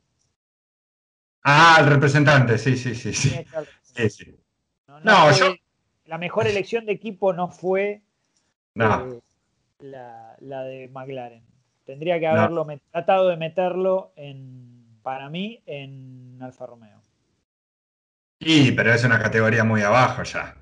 Ah, el representante, sí, sí, sí, Tiene que sí. echar al Sí, representante. sí. No No, yo... fue, la mejor elección de equipo no fue No, eh, la de McLaren. Tendría que no. haberlo tratado de meterlo para mí, en Alfa Romeo. Y, pero es una categoría muy abajo ya.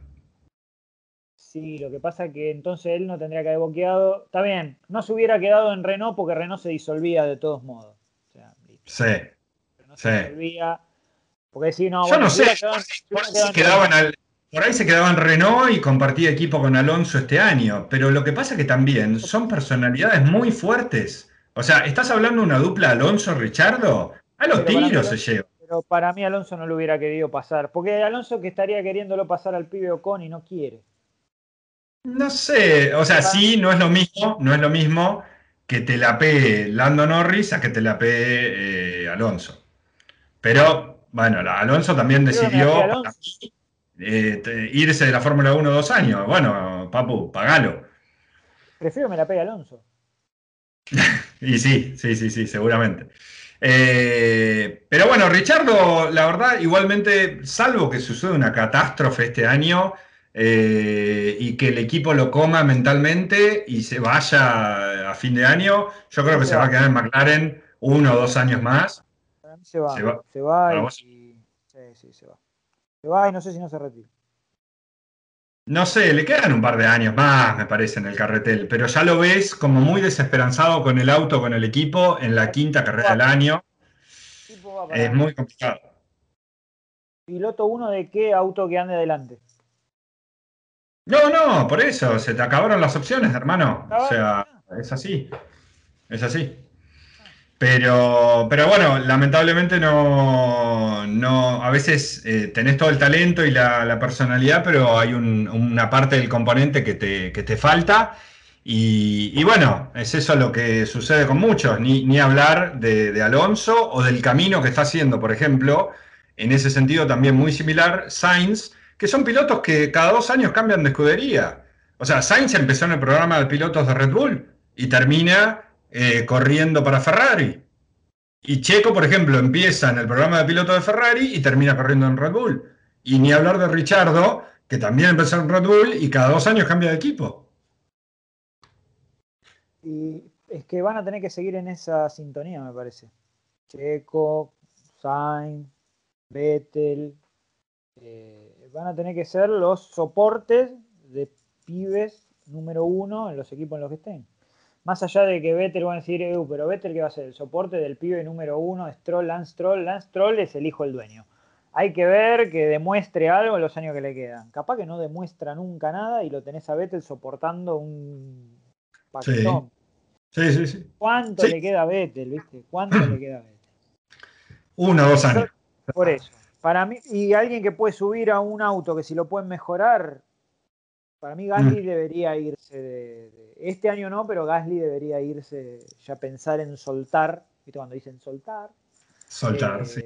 Sí, lo que pasa es que entonces él no tendría que haber boqueado. Está bien, no se hubiera quedado en Renault porque Renault se disolvía de todos modos. O sea, listo. Sí, Renault sí. se disolvía. Porque si no, Yo bueno, no se sé, hubiera quedado se por hubiera ahí quedado se en Renault. por ahí se quedaba en Renault y compartía equipo con Alonso este año, pero lo que pasa es que también son personalidades muy fuertes. O sea, ¿estás hablando de una dupla Alonso-Richardo? A los Pero para mí tiros se Alonso, lleva. Alonso no lo hubiera querido pasar. Porque Alonso que estaría queriéndolo pasar al pibe Ocon y no quiere. No sé, o sea, Para mí, sí, no es lo mismo, no es lo mismo que te la pegue Lando Norris a que te la pegue Alonso. Pero, bueno, Alonso también prefiero que me la pegue decidió para Alonso. mí, irse de la Fórmula 1 2 años. Bueno, papu, pagalo. Prefiero que me la pegue Alonso. Y sí, sí, sí, sí, seguramente. Pero bueno, Richardo, la verdad, igualmente, salvo que suceda una catástrofe este año y que el equipo lo coma mentalmente y se vaya a fin de año, yo creo No que se se va a va. quedar en McLaren 1 o 2 años más. Para mí se Se va. va. Se va Para y. vos, Sí, sí, se va. Se va y no sé si no se retira. no sé, le quedan un par de años más, me parece, en el carretel, pero ya lo ves como muy desesperanzado con el auto, con el equipo, en la quinta carrera del año. Tipo va Es para muy complicado. piloto uno de qué auto que ande adelante. No, no, por eso, se te acabaron las opciones, hermano. O Acabaron, sea, ya. es así, es así. Ah, Pero bueno, lamentablemente a veces tenés todo el talento y la personalidad, pero hay una parte del componente que te falta. Y bueno, es eso lo que sucede con muchos, ni hablar de Alonso o del camino que está haciendo, por ejemplo, en ese sentido también muy similar, Sainz, que son pilotos que cada 2 años cambian de escudería. O sea, Sainz empezó en el programa de pilotos de Red Bull y termina corriendo para Ferrari. Y Checo, por ejemplo, empieza en el programa de piloto de Ferrari y termina corriendo en Red Bull. Y ni hablar de Richardo, que también empezó en Red Bull y cada 2 años cambia de equipo. y es que van a tener que seguir en esa sintonía, me parece. Checo, Sainz, Vettel, van a tener que ser los soportes de pibes número uno en los equipos en los que estén. Más allá de que Vettel va a decir, pero Vettel, ¿qué va a ser? El soporte del pibe número uno, Stroll, Lance Stroll. Lance Stroll es el hijo del dueño. Hay que ver que demuestre algo en los años que le quedan. Capaz que no demuestra nunca nada y lo tenés a Vettel soportando un Sí, paquetón. sí, sí, sí. ¿Cuánto Sí, le queda a Vettel, viste? ¿Cuánto le queda a Vettel? 1 o 2 años. Yo, por eso. Para mí, y alguien que puede subir a un auto que si lo pueden mejorar, para mí Mm, Gasly debería irse este año no, pero Gasly debería irse ya pensar en soltar, ¿viste? Cuando dicen soltar, soltar, sí. eh,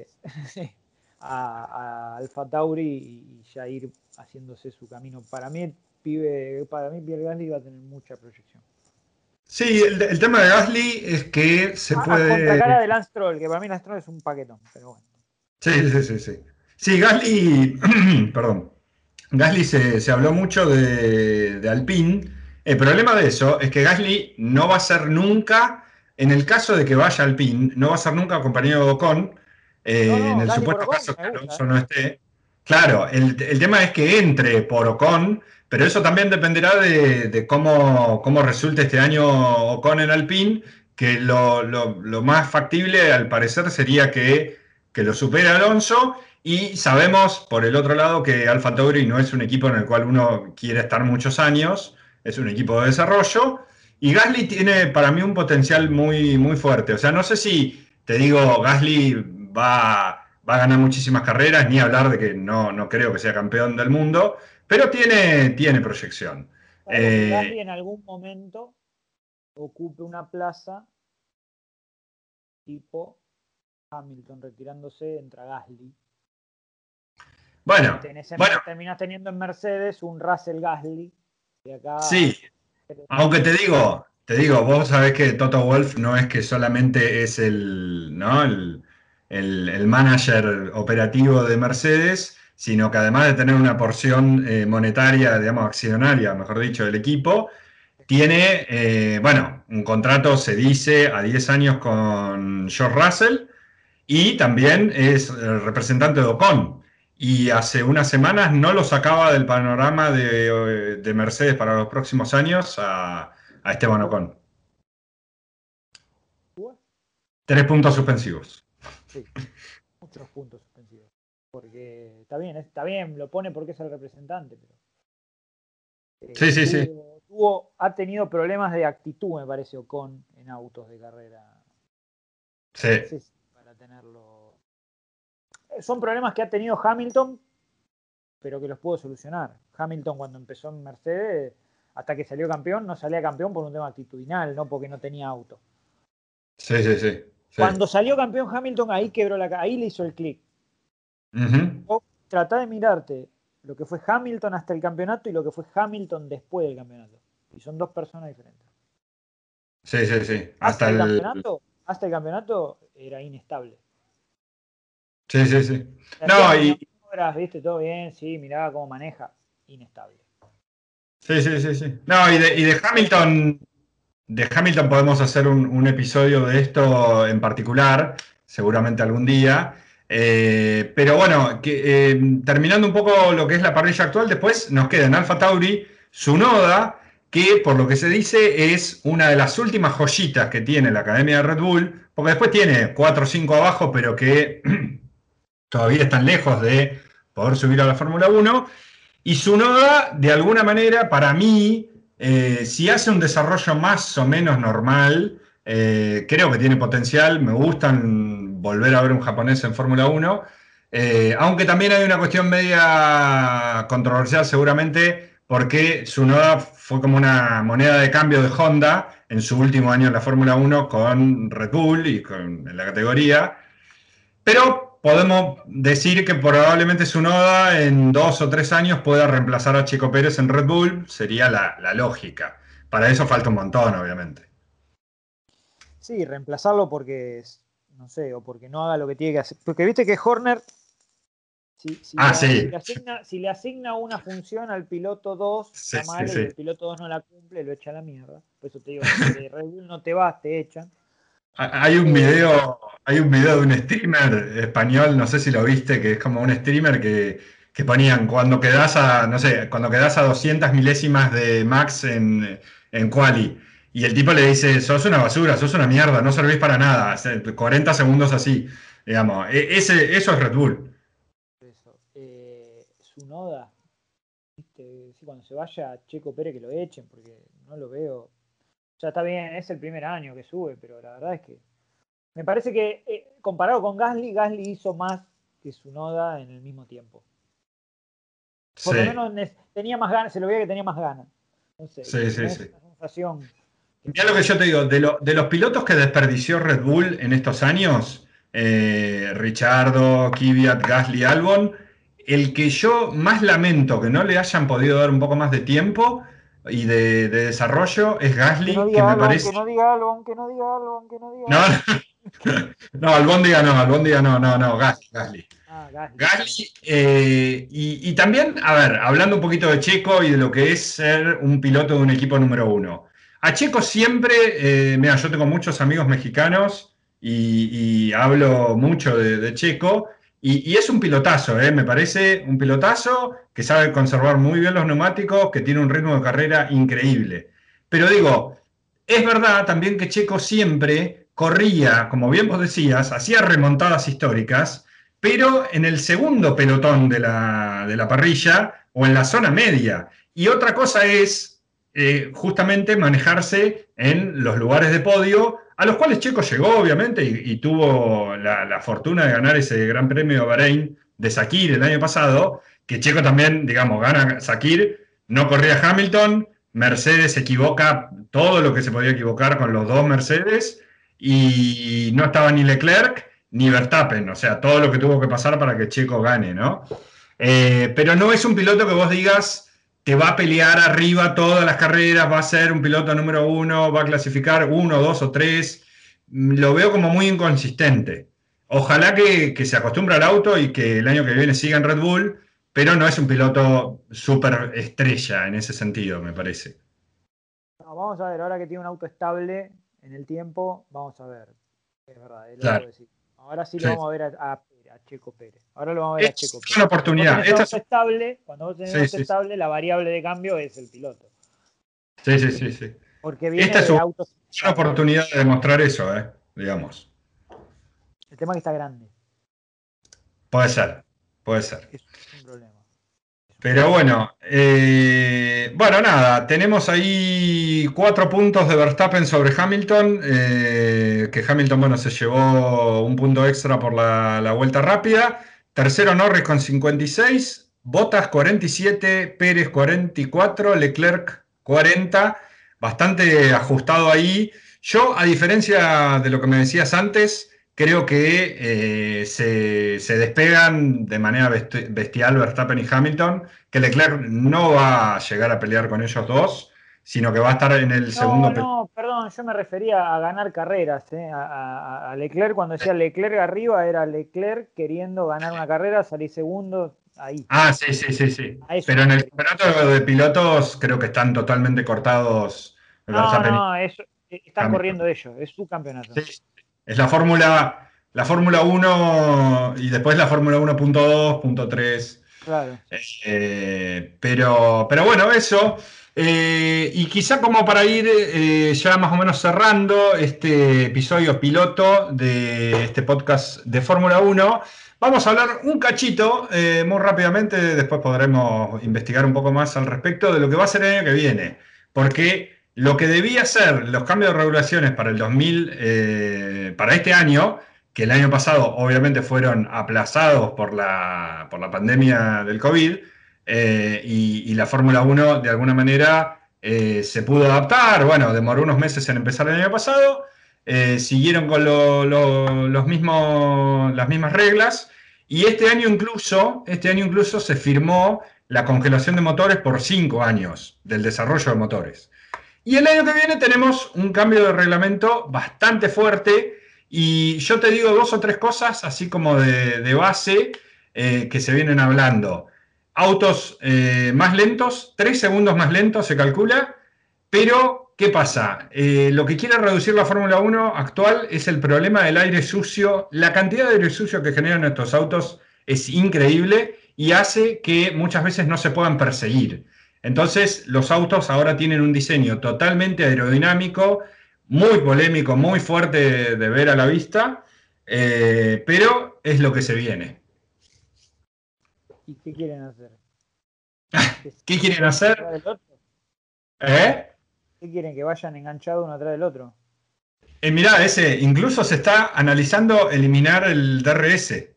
a Alfa Tauri y ya ir haciéndose su camino. Para mí Pierre Gasly va a tener mucha proyección. Sí, el tema de Gasly es que se A contracara puede. de Lance Stroll, que para mí Lance Stroll es un paquetón, pero bueno. Sí, sí, sí, sí. Sí, Gasly, perdón. Gasly se habló mucho de Alpine. El problema de eso es que Gasly no va a ser nunca, en el caso de que vaya Alpine, no va a ser nunca compañero de Ocon, No, en no, el Gasly por supuesto Ocon caso me que gusta, Alonso no esté. Claro, el tema es que entre por Ocon, pero eso también dependerá de cómo resulte este año Ocon en Alpine, que lo más factible al parecer sería que lo supere Alonso Y sabemos, por el otro lado, que Alfa Tauri no es un equipo en el cual uno quiere estar muchos años, es un equipo de desarrollo. Y Gasly tiene para mí un potencial muy, muy fuerte. O sea, no sé si te digo, Gasly va a ganar muchísimas carreras, ni hablar de que no creo que sea campeón del mundo, pero tiene proyección. Salvo que Eh, Gasly en algún momento ocupe una plaza tipo Hamilton retirándose, entra Gasly. bueno, bueno, Terminás teniendo en Mercedes un Russell Gasly de acá. sí. Aunque te digo, vos sabés que Toto Wolff no es que solamente es ¿no? el manager operativo de Mercedes, sino que además de tener una porción monetaria, digamos, accionaria, mejor dicho, del equipo, tiene, bueno, un contrato, se dice, a 10 años con George Russell y también es el representante de Ocon. Y hace unas semanas no lo sacaba del panorama de Mercedes para los próximos años a Esteban Ocon. 3 puntos suspensivos. Sí, muchos puntos suspensivos. Porque está bien, lo pone porque es el representante, pero Sí, sí, sí. ha tenido problemas de actitud, me parece, Ocon en autos de carrera. Sí. No sé si para tenerlo. Son problemas que ha tenido Hamilton, pero que los pudo solucionar. Hamilton cuando empezó en Mercedes, hasta que salió campeón, no salía campeón por un tema actitudinal, no porque no tenía auto. Sí, sí, sí. Sí. Cuando salió campeón Hamilton, ahí ahí le hizo el clic. Ujú. Trata de mirarte lo que fue Hamilton hasta el campeonato y lo que fue Hamilton después del campeonato. Y son dos personas diferentes. Sí, sí, sí. Hasta el campeonato era inestable. Sí, sí, sí. Hacía No, y. maniobras, viste, todo bien, sí, miraba cómo maneja, inestable. Sí, sí, sí, sí. No, y de Hamilton. De Hamilton podemos hacer un episodio de esto en particular, seguramente algún día. Pero bueno, terminando un poco lo que es la parrilla actual, después nos queda en Alfa Tauri Tsunoda, que por lo que se dice es una de las últimas joyitas que tiene la Academia de Red Bull, porque después tiene 4 o 5 abajo, pero que todavía están lejos de poder subir a la Fórmula Uno. Y Tsunoda, de alguna manera, para mí, si hace un desarrollo más o menos normal, creo que tiene potencial. Me gustan volver a ver un japonés en Fórmula Uno. Aunque también hay una cuestión media controversial, seguramente, porque Tsunoda fue como una moneda de cambio de Honda en su último año en la Fórmula Uno con Red Bull y en la categoría. Pero podemos decir que probablemente Tsunoda en 2 o 3 años pueda reemplazar a Checo Pérez en Red Bull, sería la lógica. Para eso falta un montón, obviamente. Sí, reemplazarlo porque, no sé, o porque no haga lo que tiene que hacer. Porque viste que Horner, Ah, sí, si le asigna una función al piloto 2, sí, está sí, mal, y sí. el piloto 2 no la cumple, lo echa a la mierda. Por eso te digo, si de Red Bull no te vas, te echan. Hay un video, hay un video de un streamer español, no sé si lo viste, que es como un streamer que ponían cuando quedas a, no sé, cuando quedas a 200 milésimas de Max en quali. Y el tipo le dice, sos una basura, sos una mierda, no servís para nada. 40 segundos así, digamos. Eso es Red Bull. Eso. Tsunoda, ¿viste? Sí, cuando se vaya Checo Pérez que lo echen, porque no lo veo. O sea, está bien, es el primer año que sube, pero la verdad es que me parece que comparado con Gasly, Gasly hizo más que Tsunoda en el mismo tiempo. Por lo Sí, menos tenía más ganas, se lo veía que tenía más ganas. No sé, sí, me sí, es sí. una sensación que Mira lo que yo te digo, de los pilotos que desperdició Red Bull en estos años, Richardo, Kvyat, Gasly, Albon, el que yo más lamento que no le hayan podido dar un poco más de tiempo y de desarrollo es que no Gasly, que diga me Albon, parece. que no diga Albon, que no diga Albon, que no diga No, Albon. no, Albóndiga no, no, no, Gasly, Gasly. Ah, Gasly, bueno. Gasly, y también, a ver, hablando un poquito de Checo y de lo que es ser un piloto de un equipo número uno. A Checo siempre, mira, yo tengo muchos amigos mexicanos y hablo mucho de Checo y es un pilotazo, me parece un pilotazo que sabe conservar muy bien los neumáticos, que tiene un ritmo de carrera increíble. Pero digo, es verdad también que Checo siempre corría, como bien vos decías, hacía remontadas históricas pero en el segundo pelotón de la parrilla o en la zona media. Y otra cosa es justamente manejarse en los lugares de podio, a los cuales Checo llegó, obviamente, y tuvo la fortuna de ganar ese Gran Premio de Bahrein de Sakir el año pasado, que Checo también, digamos, gana Sakir, no corría Hamilton, Mercedes se equivoca todo lo que se podía equivocar con los dos Mercedes, y no estaba ni Leclerc ni Verstappen, o sea, todo lo que tuvo que pasar para que Checo gane, ¿no? Pero no es un piloto que vos digas que va a pelear arriba todas las carreras, va a ser un piloto número uno, va a clasificar uno, dos o tres. Lo veo como muy inconsistente. Ojalá que se acostumbre al auto y que el año que viene siga en Red Bull, pero no es un piloto súper estrella en ese sentido, me parece. No, vamos a ver, ahora que tiene un auto estable en el tiempo, vamos a ver. Es verdad, es lo que Claro. vos decís. Ahora sí lo Sí. vamos a ver a Checo Pérez. Ahora lo vamos a ver a Es Checo Pérez. una Cuando vos oportunidad. tenés un auto estable, cuando vos tenés un Sí, auto sí, sí, estable, la variable de cambio es el piloto. sí, sí, sí, sí. Porque viene Esta es de autos una estables. oportunidad de demostrar eso, digamos. El tema es que está grande. Puede ser, puede ser. Es un problema. Pero bueno, bueno, nada, tenemos ahí 4 puntos de Verstappen sobre Hamilton, que Hamilton, bueno, se llevó un punto extra por la vuelta rápida. Tercero Norris con 56, Bottas 47, Pérez 44, Leclerc 40, bastante ajustado ahí. Yo, a diferencia de lo que me decías antes, creo que se despegan de manera bestial Verstappen y Hamilton, que Leclerc no va a llegar a pelear con ellos dos, sino que va a estar en el No, segundo pelotón. no, perdón, yo me refería a ganar carreras. A Leclerc, cuando decía Leclerc arriba, era Leclerc queriendo ganar una carrera, salir segundo, ahí. Ah, sí, sí, sí, sí. A eso Pero me en el refería. campeonato de pilotos creo que están totalmente cortados No, Verstappen y no, eso, están Hamilton. corriendo ellos, es su campeonato. Sí, sí. Es la Fórmula uno y después la Fórmula 1.2, punto 3. Claro. Pero bueno, eso. Y quizá como para ir ya más o menos cerrando este episodio piloto de este podcast de Fórmula Uno, vamos a hablar un cachito, muy rápidamente, después podremos investigar un poco más al respecto de lo que va a ser el año que viene. Porque lo que debía ser los cambios de regulaciones para el 2000, para este año, que el año pasado obviamente fueron aplazados por la pandemia del COVID, y la Fórmula Uno de alguna manera se pudo adaptar, bueno, demoró unos meses en empezar el año pasado, siguieron con los mismos, las mismas reglas, y este año incluso se firmó la congelación de motores por 5 años del desarrollo de motores. Y el año que viene tenemos un cambio de reglamento bastante fuerte y yo te digo dos o tres cosas así como de base que se vienen hablando. Autos más lentos, 3 segundos más lentos se calcula, pero ¿qué pasa? Lo que quiere reducir la Fórmula Uno actual es el problema del aire sucio. La cantidad de aire sucio que generan estos autos es increíble y hace que muchas veces no se puedan perseguir. Entonces, los autos ahora tienen un diseño totalmente aerodinámico, muy polémico, muy fuerte de ver a la vista, pero es lo que se viene. ¿Y qué quieren hacer? ¿Que se ¿Qué quieren vayan uno hacer? atrás del otro? ¿Eh? ¿Qué quieren? ¿Que vayan enganchados uno atrás del otro? Mirá, incluso se está analizando eliminar el DRS,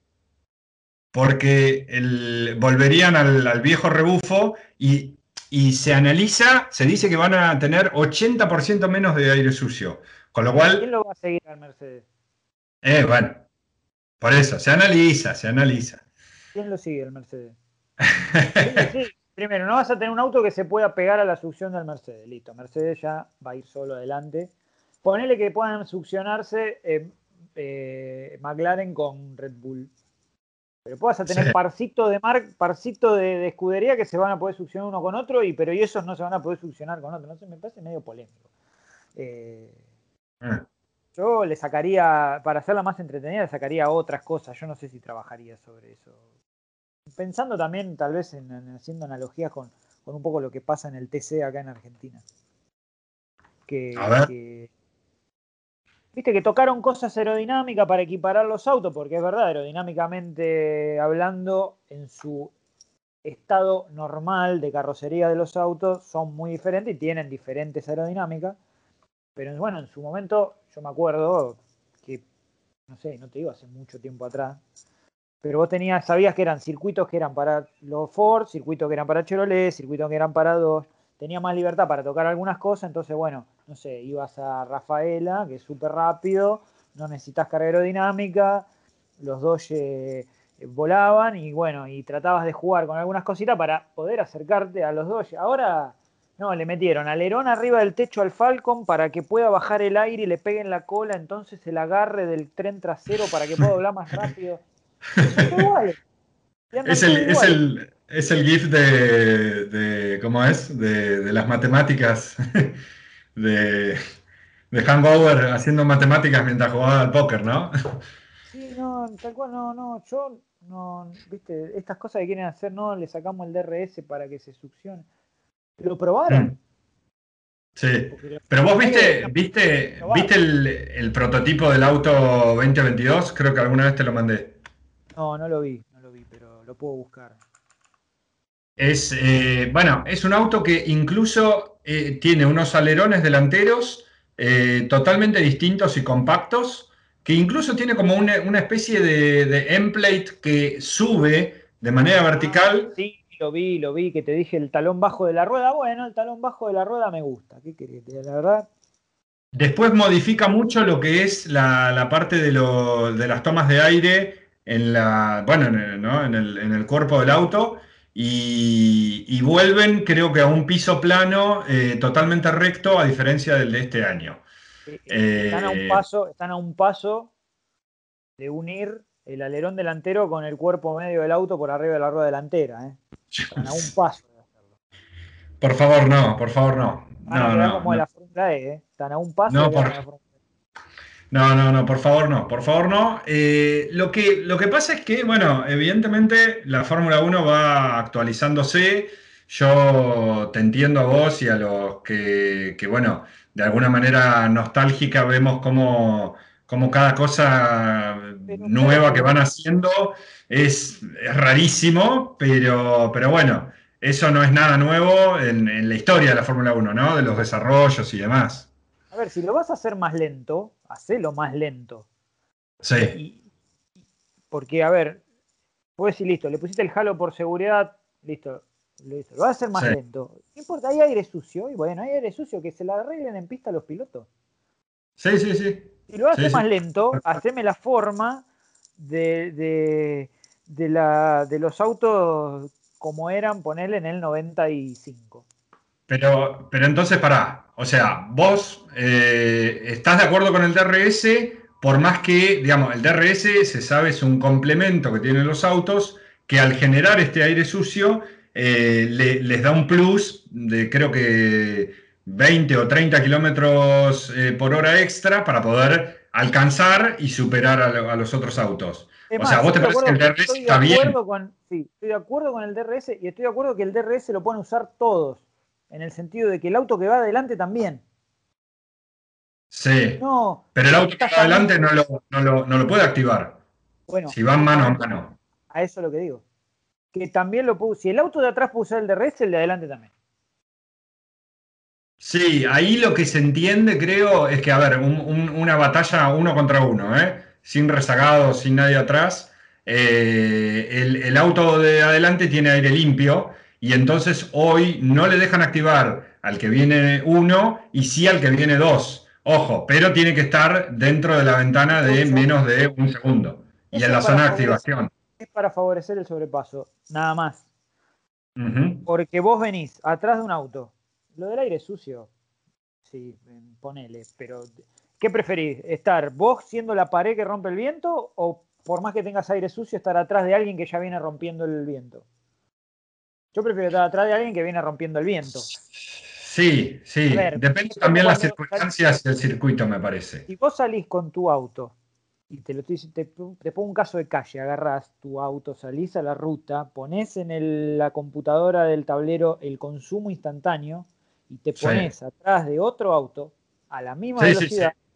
porque volverían al viejo rebufo y se analiza, se dice que van a tener 80% menos de aire sucio. Con lo ¿Quién cual, lo va a seguir al Mercedes? bueno, por eso, se analiza, se analiza. ¿Quién lo sigue al Mercedes? ¿Quién lo sigue? Primero, no vas a tener un auto que se pueda pegar a la succión del Mercedes. Listo, Mercedes ya va a ir solo adelante. Ponele que puedan succionarse McLaren con Red Bull. Pero vas a Sí. tener parcitos de escudería que se van a poder succionar uno con otro, pero esos no se van a poder succionar con otro. No sé, me parece medio polémico. Yo le sacaría, para hacerla más entretenida, le sacaría otras cosas. Yo no sé si trabajaría sobre eso. Pensando también, tal vez, en haciendo analogías con un poco lo que pasa en el TC acá en Argentina. A Que, ver. que viste que tocaron cosas aerodinámicas para equiparar los autos, porque es verdad, aerodinámicamente hablando, en su estado normal de carrocería de los autos son muy diferentes y tienen diferentes aerodinámicas. Pero bueno, en su momento yo me acuerdo que, no sé, no te digo hace mucho tiempo atrás, pero vos sabías que eran circuitos que eran para los Ford, circuitos que eran para Chevrolet, circuitos que eran para Dodge. Tenía más libertad para tocar algunas cosas, entonces bueno, no sé, ibas a Rafaela, que es súper rápido, no necesitas carga aerodinámica, los Dodge volaban y bueno, y tratabas de jugar con algunas cositas para poder acercarte a los Dodge. Ahora no, le metieron alerón arriba del techo al Falcon para que pueda bajar el aire y le pegue en la cola, entonces el agarre del tren trasero para que pueda volar más rápido. Son todos iguales. Y andan todos iguales. Es el GIF ¿cómo es? De las matemáticas, de, de Hangover haciendo matemáticas mientras jugaba al póker, ¿no? Sí, no, tal cual, no, yo no, viste, estas cosas que quieren hacer, no, le sacamos el DRS para que se succione. Lo probaron. Mm, sí. Porque Pero vos hay que viste probarlo. el prototipo del auto 2022, creo que alguna vez te lo mandé. No, no lo vi, pero lo puedo buscar. Bueno, es un auto que incluso tiene unos alerones delanteros totalmente distintos y compactos, que incluso tiene como una especie de emplate que sube de manera Ah, vertical. sí, lo vi, que te dije el talón bajo de la rueda. Bueno, el talón bajo de la rueda me gusta. ¿Qué querés? La verdad, Después modifica mucho lo que es la parte de las tomas de aire bueno, ¿no? En el cuerpo del auto y vuelven, creo que a un piso plano totalmente recto, a diferencia del de este año. Eh, están a un paso de unir el alerón delantero con el cuerpo medio del auto por arriba de la rueda delantera, ¿eh? Están a un paso de hacerlo. por favor, no, por favor, no. Van a No, quedar no, como de no. la Fórmula E, ¿eh? Están a un paso de No, quedar como la Fórmula E. no, no, no, por favor no, por favor no. Lo que pasa es que, bueno, evidentemente la Fórmula Uno va actualizándose. Yo te entiendo a vos y a los bueno, de alguna manera nostálgica vemos cómo cada cosa Pero claro, nueva que van haciendo es rarísimo, pero bueno, eso no es nada nuevo en la historia de la Fórmula Uno, ¿no? De los desarrollos y demás. a ver, si lo vas a hacer más lento, hacelo más lento. Sí. Y, porque, a ver, puedes decir, listo, le pusiste el halo por seguridad, listo, listo, lo vas a hacer más Sí. lento. No importa, hay aire sucio, y bueno, hay aire sucio, que se la arreglen en pista los pilotos. Sí, sí, sí. Si lo Sí, hace sí. más lento, haceme la forma de, de, de los autos como eran, ponerle en el 95. Pero entonces pará. O sea, vos estás de acuerdo con el DRS, por más que, digamos, el DRS se sabe es un complemento que tienen los autos que al generar este aire sucio les da un plus de creo que 20 o 30 kilómetros por hora extra para poder alcanzar y superar a los otros autos. Es O sea, más, ¿vos te parece que el DRS está bien? sí, estoy de acuerdo con el DRS y estoy de acuerdo que el DRS lo pueden usar todos, en el sentido de que el auto que va adelante también. Sí, No, pero el auto que va adelante exactamente. no lo puede activar. Bueno, Si van mano a exactamente mano. a eso es lo que digo. Que también lo puedo, si el auto de atrás puede usar el DRS, el de adelante también. Sí, ahí lo que se entiende, creo, es que, a ver, una batalla uno contra uno, ¿eh? Sin rezagados, sin nadie atrás. El auto de adelante tiene aire limpio y entonces hoy no le dejan activar al que viene uno y sí al que viene dos. Ojo, pero tiene que estar dentro de la ventana de Eso, menos de un segundo y en eso la zona de activación. es para favorecer el sobrepaso, nada más. Ujú. Porque vos venís atrás de un auto. Lo del aire sucio, sí, ponele, pero ¿qué preferís? ¿Estar vos siendo la pared que rompe el viento o por más que tengas aire sucio estar atrás de alguien que ya viene rompiendo el viento? Yo prefiero estar atrás de alguien que viene rompiendo el viento. Sí, A sí. ver, Depende es como también las cuando circunstancias del circuito, me parece. si vos salís con tu auto y te pongo un caso de calle, agarrás tu auto, salís a la ruta, pones en la computadora del tablero el consumo instantáneo y te Sí, pones atrás de otro auto a la misma sí, sí, sí. velocidad,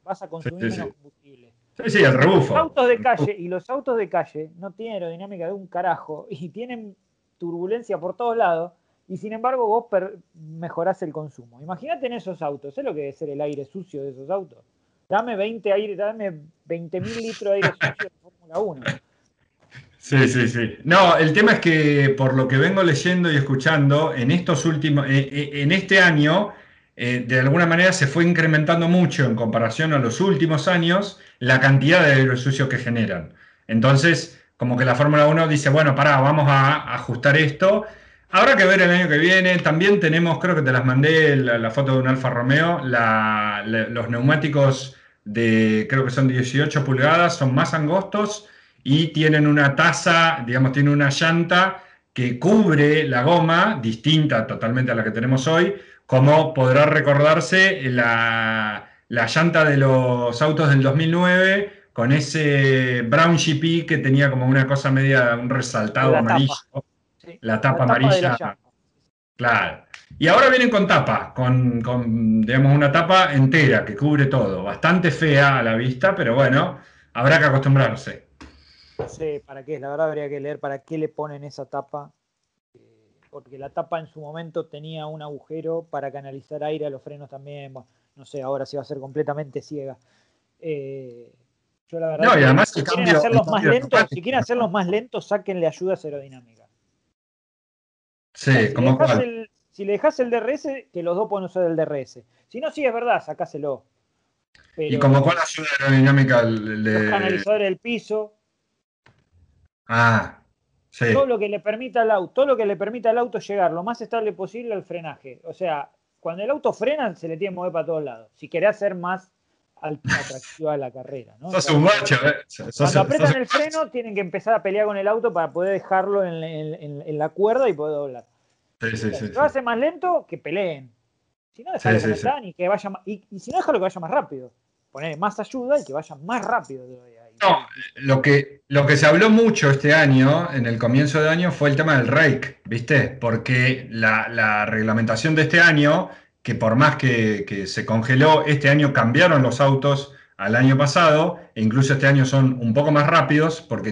vas a consumir menos combustible. Sí, sí, el rebufo. Los autos de calle no tienen aerodinámica de un carajo y tienen turbulencia por todos lados y sin embargo vos mejorás el consumo. Imagínate en esos autos, ¿es lo que debe ser el aire sucio de esos autos? Dame 20.000 litros de aire sucio de Fórmula 1. Sí, sí, sí. No, el tema es que por lo que vengo leyendo y escuchando, en este año, de alguna manera se fue incrementando mucho en comparación a los últimos años la cantidad de aire sucio que generan. Entonces, como que la Fórmula 1 dice, bueno, pará, vamos a ajustar esto. Habrá que ver el año que viene. También tenemos, creo que te las mandé, la foto de un Alfa Romeo, los neumáticos creo que son 18 pulgadas, son más angostos y tienen una tasa, digamos, tiene una llanta que cubre la goma, distinta totalmente a la que tenemos hoy, como podrá recordarse la llanta de los autos del 2009 con ese brown GP que tenía como una cosa media, un resaltado amarillo, Sí, la tapa la tapa de la amarilla, llanta. claro. Y ahora vienen con tapa, digamos, una tapa entera que cubre todo, bastante fea a la vista, pero bueno, habrá que acostumbrarse. No sé para qué, la verdad habría que leer para qué le ponen esa tapa, porque la tapa en su momento tenía un agujero para canalizar aire a los frenos también, bueno, no sé ahora si va a ser completamente ciega. Yo la verdad No, y que además si quieren hacerlos más lentos, si quieren hacerlos más lentos, sáquenle ayudas aerodinámicas. Sí, O sea, como cuál. si le dejas el DRS, que los dos pueden usar el DRS. Si no, sí es verdad, sacáselo. ¿Y como Pero cuál ayuda aerodinámica los canalizadores del piso, Ah, sí, todo lo que le permita al auto llegar lo más estable posible al frenaje. O sea, cuando el auto frena, se le tiene que mover para todos lados. Si querés hacer más atractiva la carrera, ¿no? sos un macho, ¿eh? Cuando apretan el freno, tienen que empezar a pelear con el auto para poder dejarlo en la cuerda y poder doblar. Sí, O sí, sea, sí, si lo sí. hace más lento, que peleen. Si no, Sí, déjalo sí, como sí. están y que vaya más. Y si no, déjalo que vaya más rápido. Poner más ayuda y que vaya más rápido todavía. No, lo que se habló mucho este año, en el comienzo de año, fue el tema del rake, ¿viste? Porque la reglamentación de este año, que por más que se congeló, este año cambiaron los autos al año pasado, e incluso este año son un poco más rápidos porque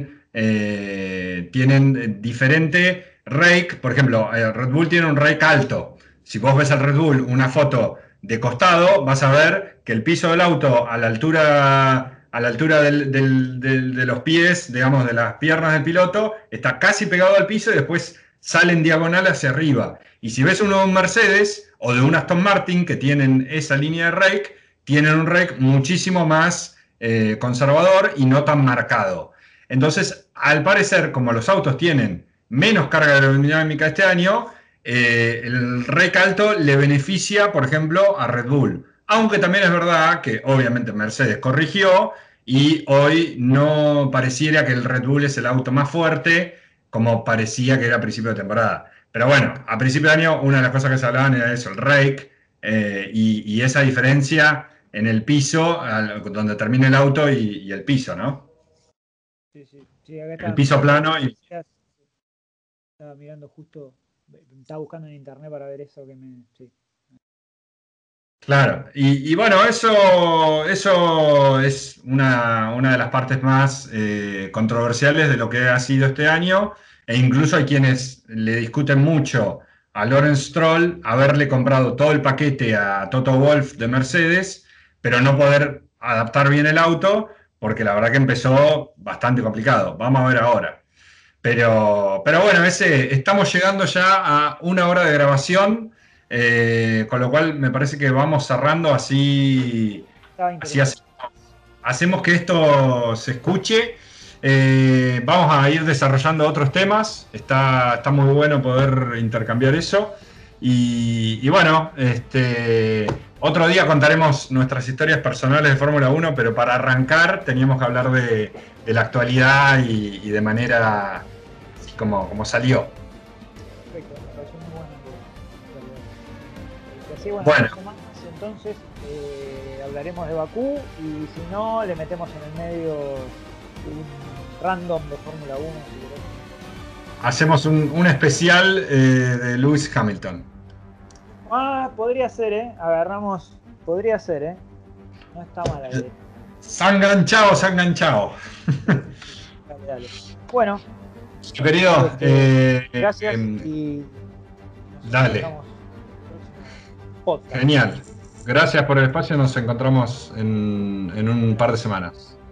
tienen diferente rake. Por ejemplo, Red Bull tiene un rake alto. Si vos ves al Red Bull una foto de costado, vas a ver que el piso del auto a la altura de los pies, digamos, de las piernas del piloto, está casi pegado al piso y después sale en diagonal hacia arriba. Y si ves uno de un Mercedes o de un Aston Martin que tienen esa línea de rake, tienen un rake muchísimo más conservador y no tan marcado. Entonces, al parecer, como los autos tienen menos carga aerodinámica este año, el rake alto le beneficia, por ejemplo, a Red Bull. Aunque también es verdad que obviamente Mercedes corrigió y hoy no pareciera que el Red Bull es el auto más fuerte como parecía que era a principio de temporada. Pero bueno, a principio de año una de las cosas que se hablaban era eso, el rake y esa diferencia en el piso, donde termina el auto y el piso, ¿no? Sí, sí. Sí, acá El estaba piso mirando plano y... estaba mirando justo, estaba buscando en internet para ver eso que me. Sí. Claro, y bueno, eso es una de las partes más controversiales de lo que ha sido este año, e incluso hay quienes le discuten mucho a Lawrence Stroll haberle comprado todo el paquete a Toto Wolff de Mercedes, pero no poder adaptar bien el auto, porque la verdad que empezó bastante complicado. Vamos a ver ahora. Pero bueno, estamos llegando ya a 1 hora de grabación, con lo cual me parece que vamos cerrando así, Estaba así interesante. hacemos que esto se escuche. Vamos a ir desarrollando otros temas. Está muy bueno poder intercambiar eso. Y bueno, otro día contaremos nuestras historias personales de Fórmula 1, pero para arrancar teníamos que hablar de la actualidad y de manera como salió. Perfecto, me pareció muy bueno. Y así, bueno, Bueno. en 2 semanas entonces hablaremos de Bakú y si no, le metemos en el medio un random de Fórmula 1. Si querés. Hacemos un especial de Lewis Hamilton. Podría ser, agarramos, podría ser, No está mala la idea. Se ha enganchado, se ha enganchado. Dale, dale. Bueno, Querido, gracias y nos dale. encontramos en el próximo podcast. Genial. Gracias por el espacio. Nos encontramos en un par de semanas.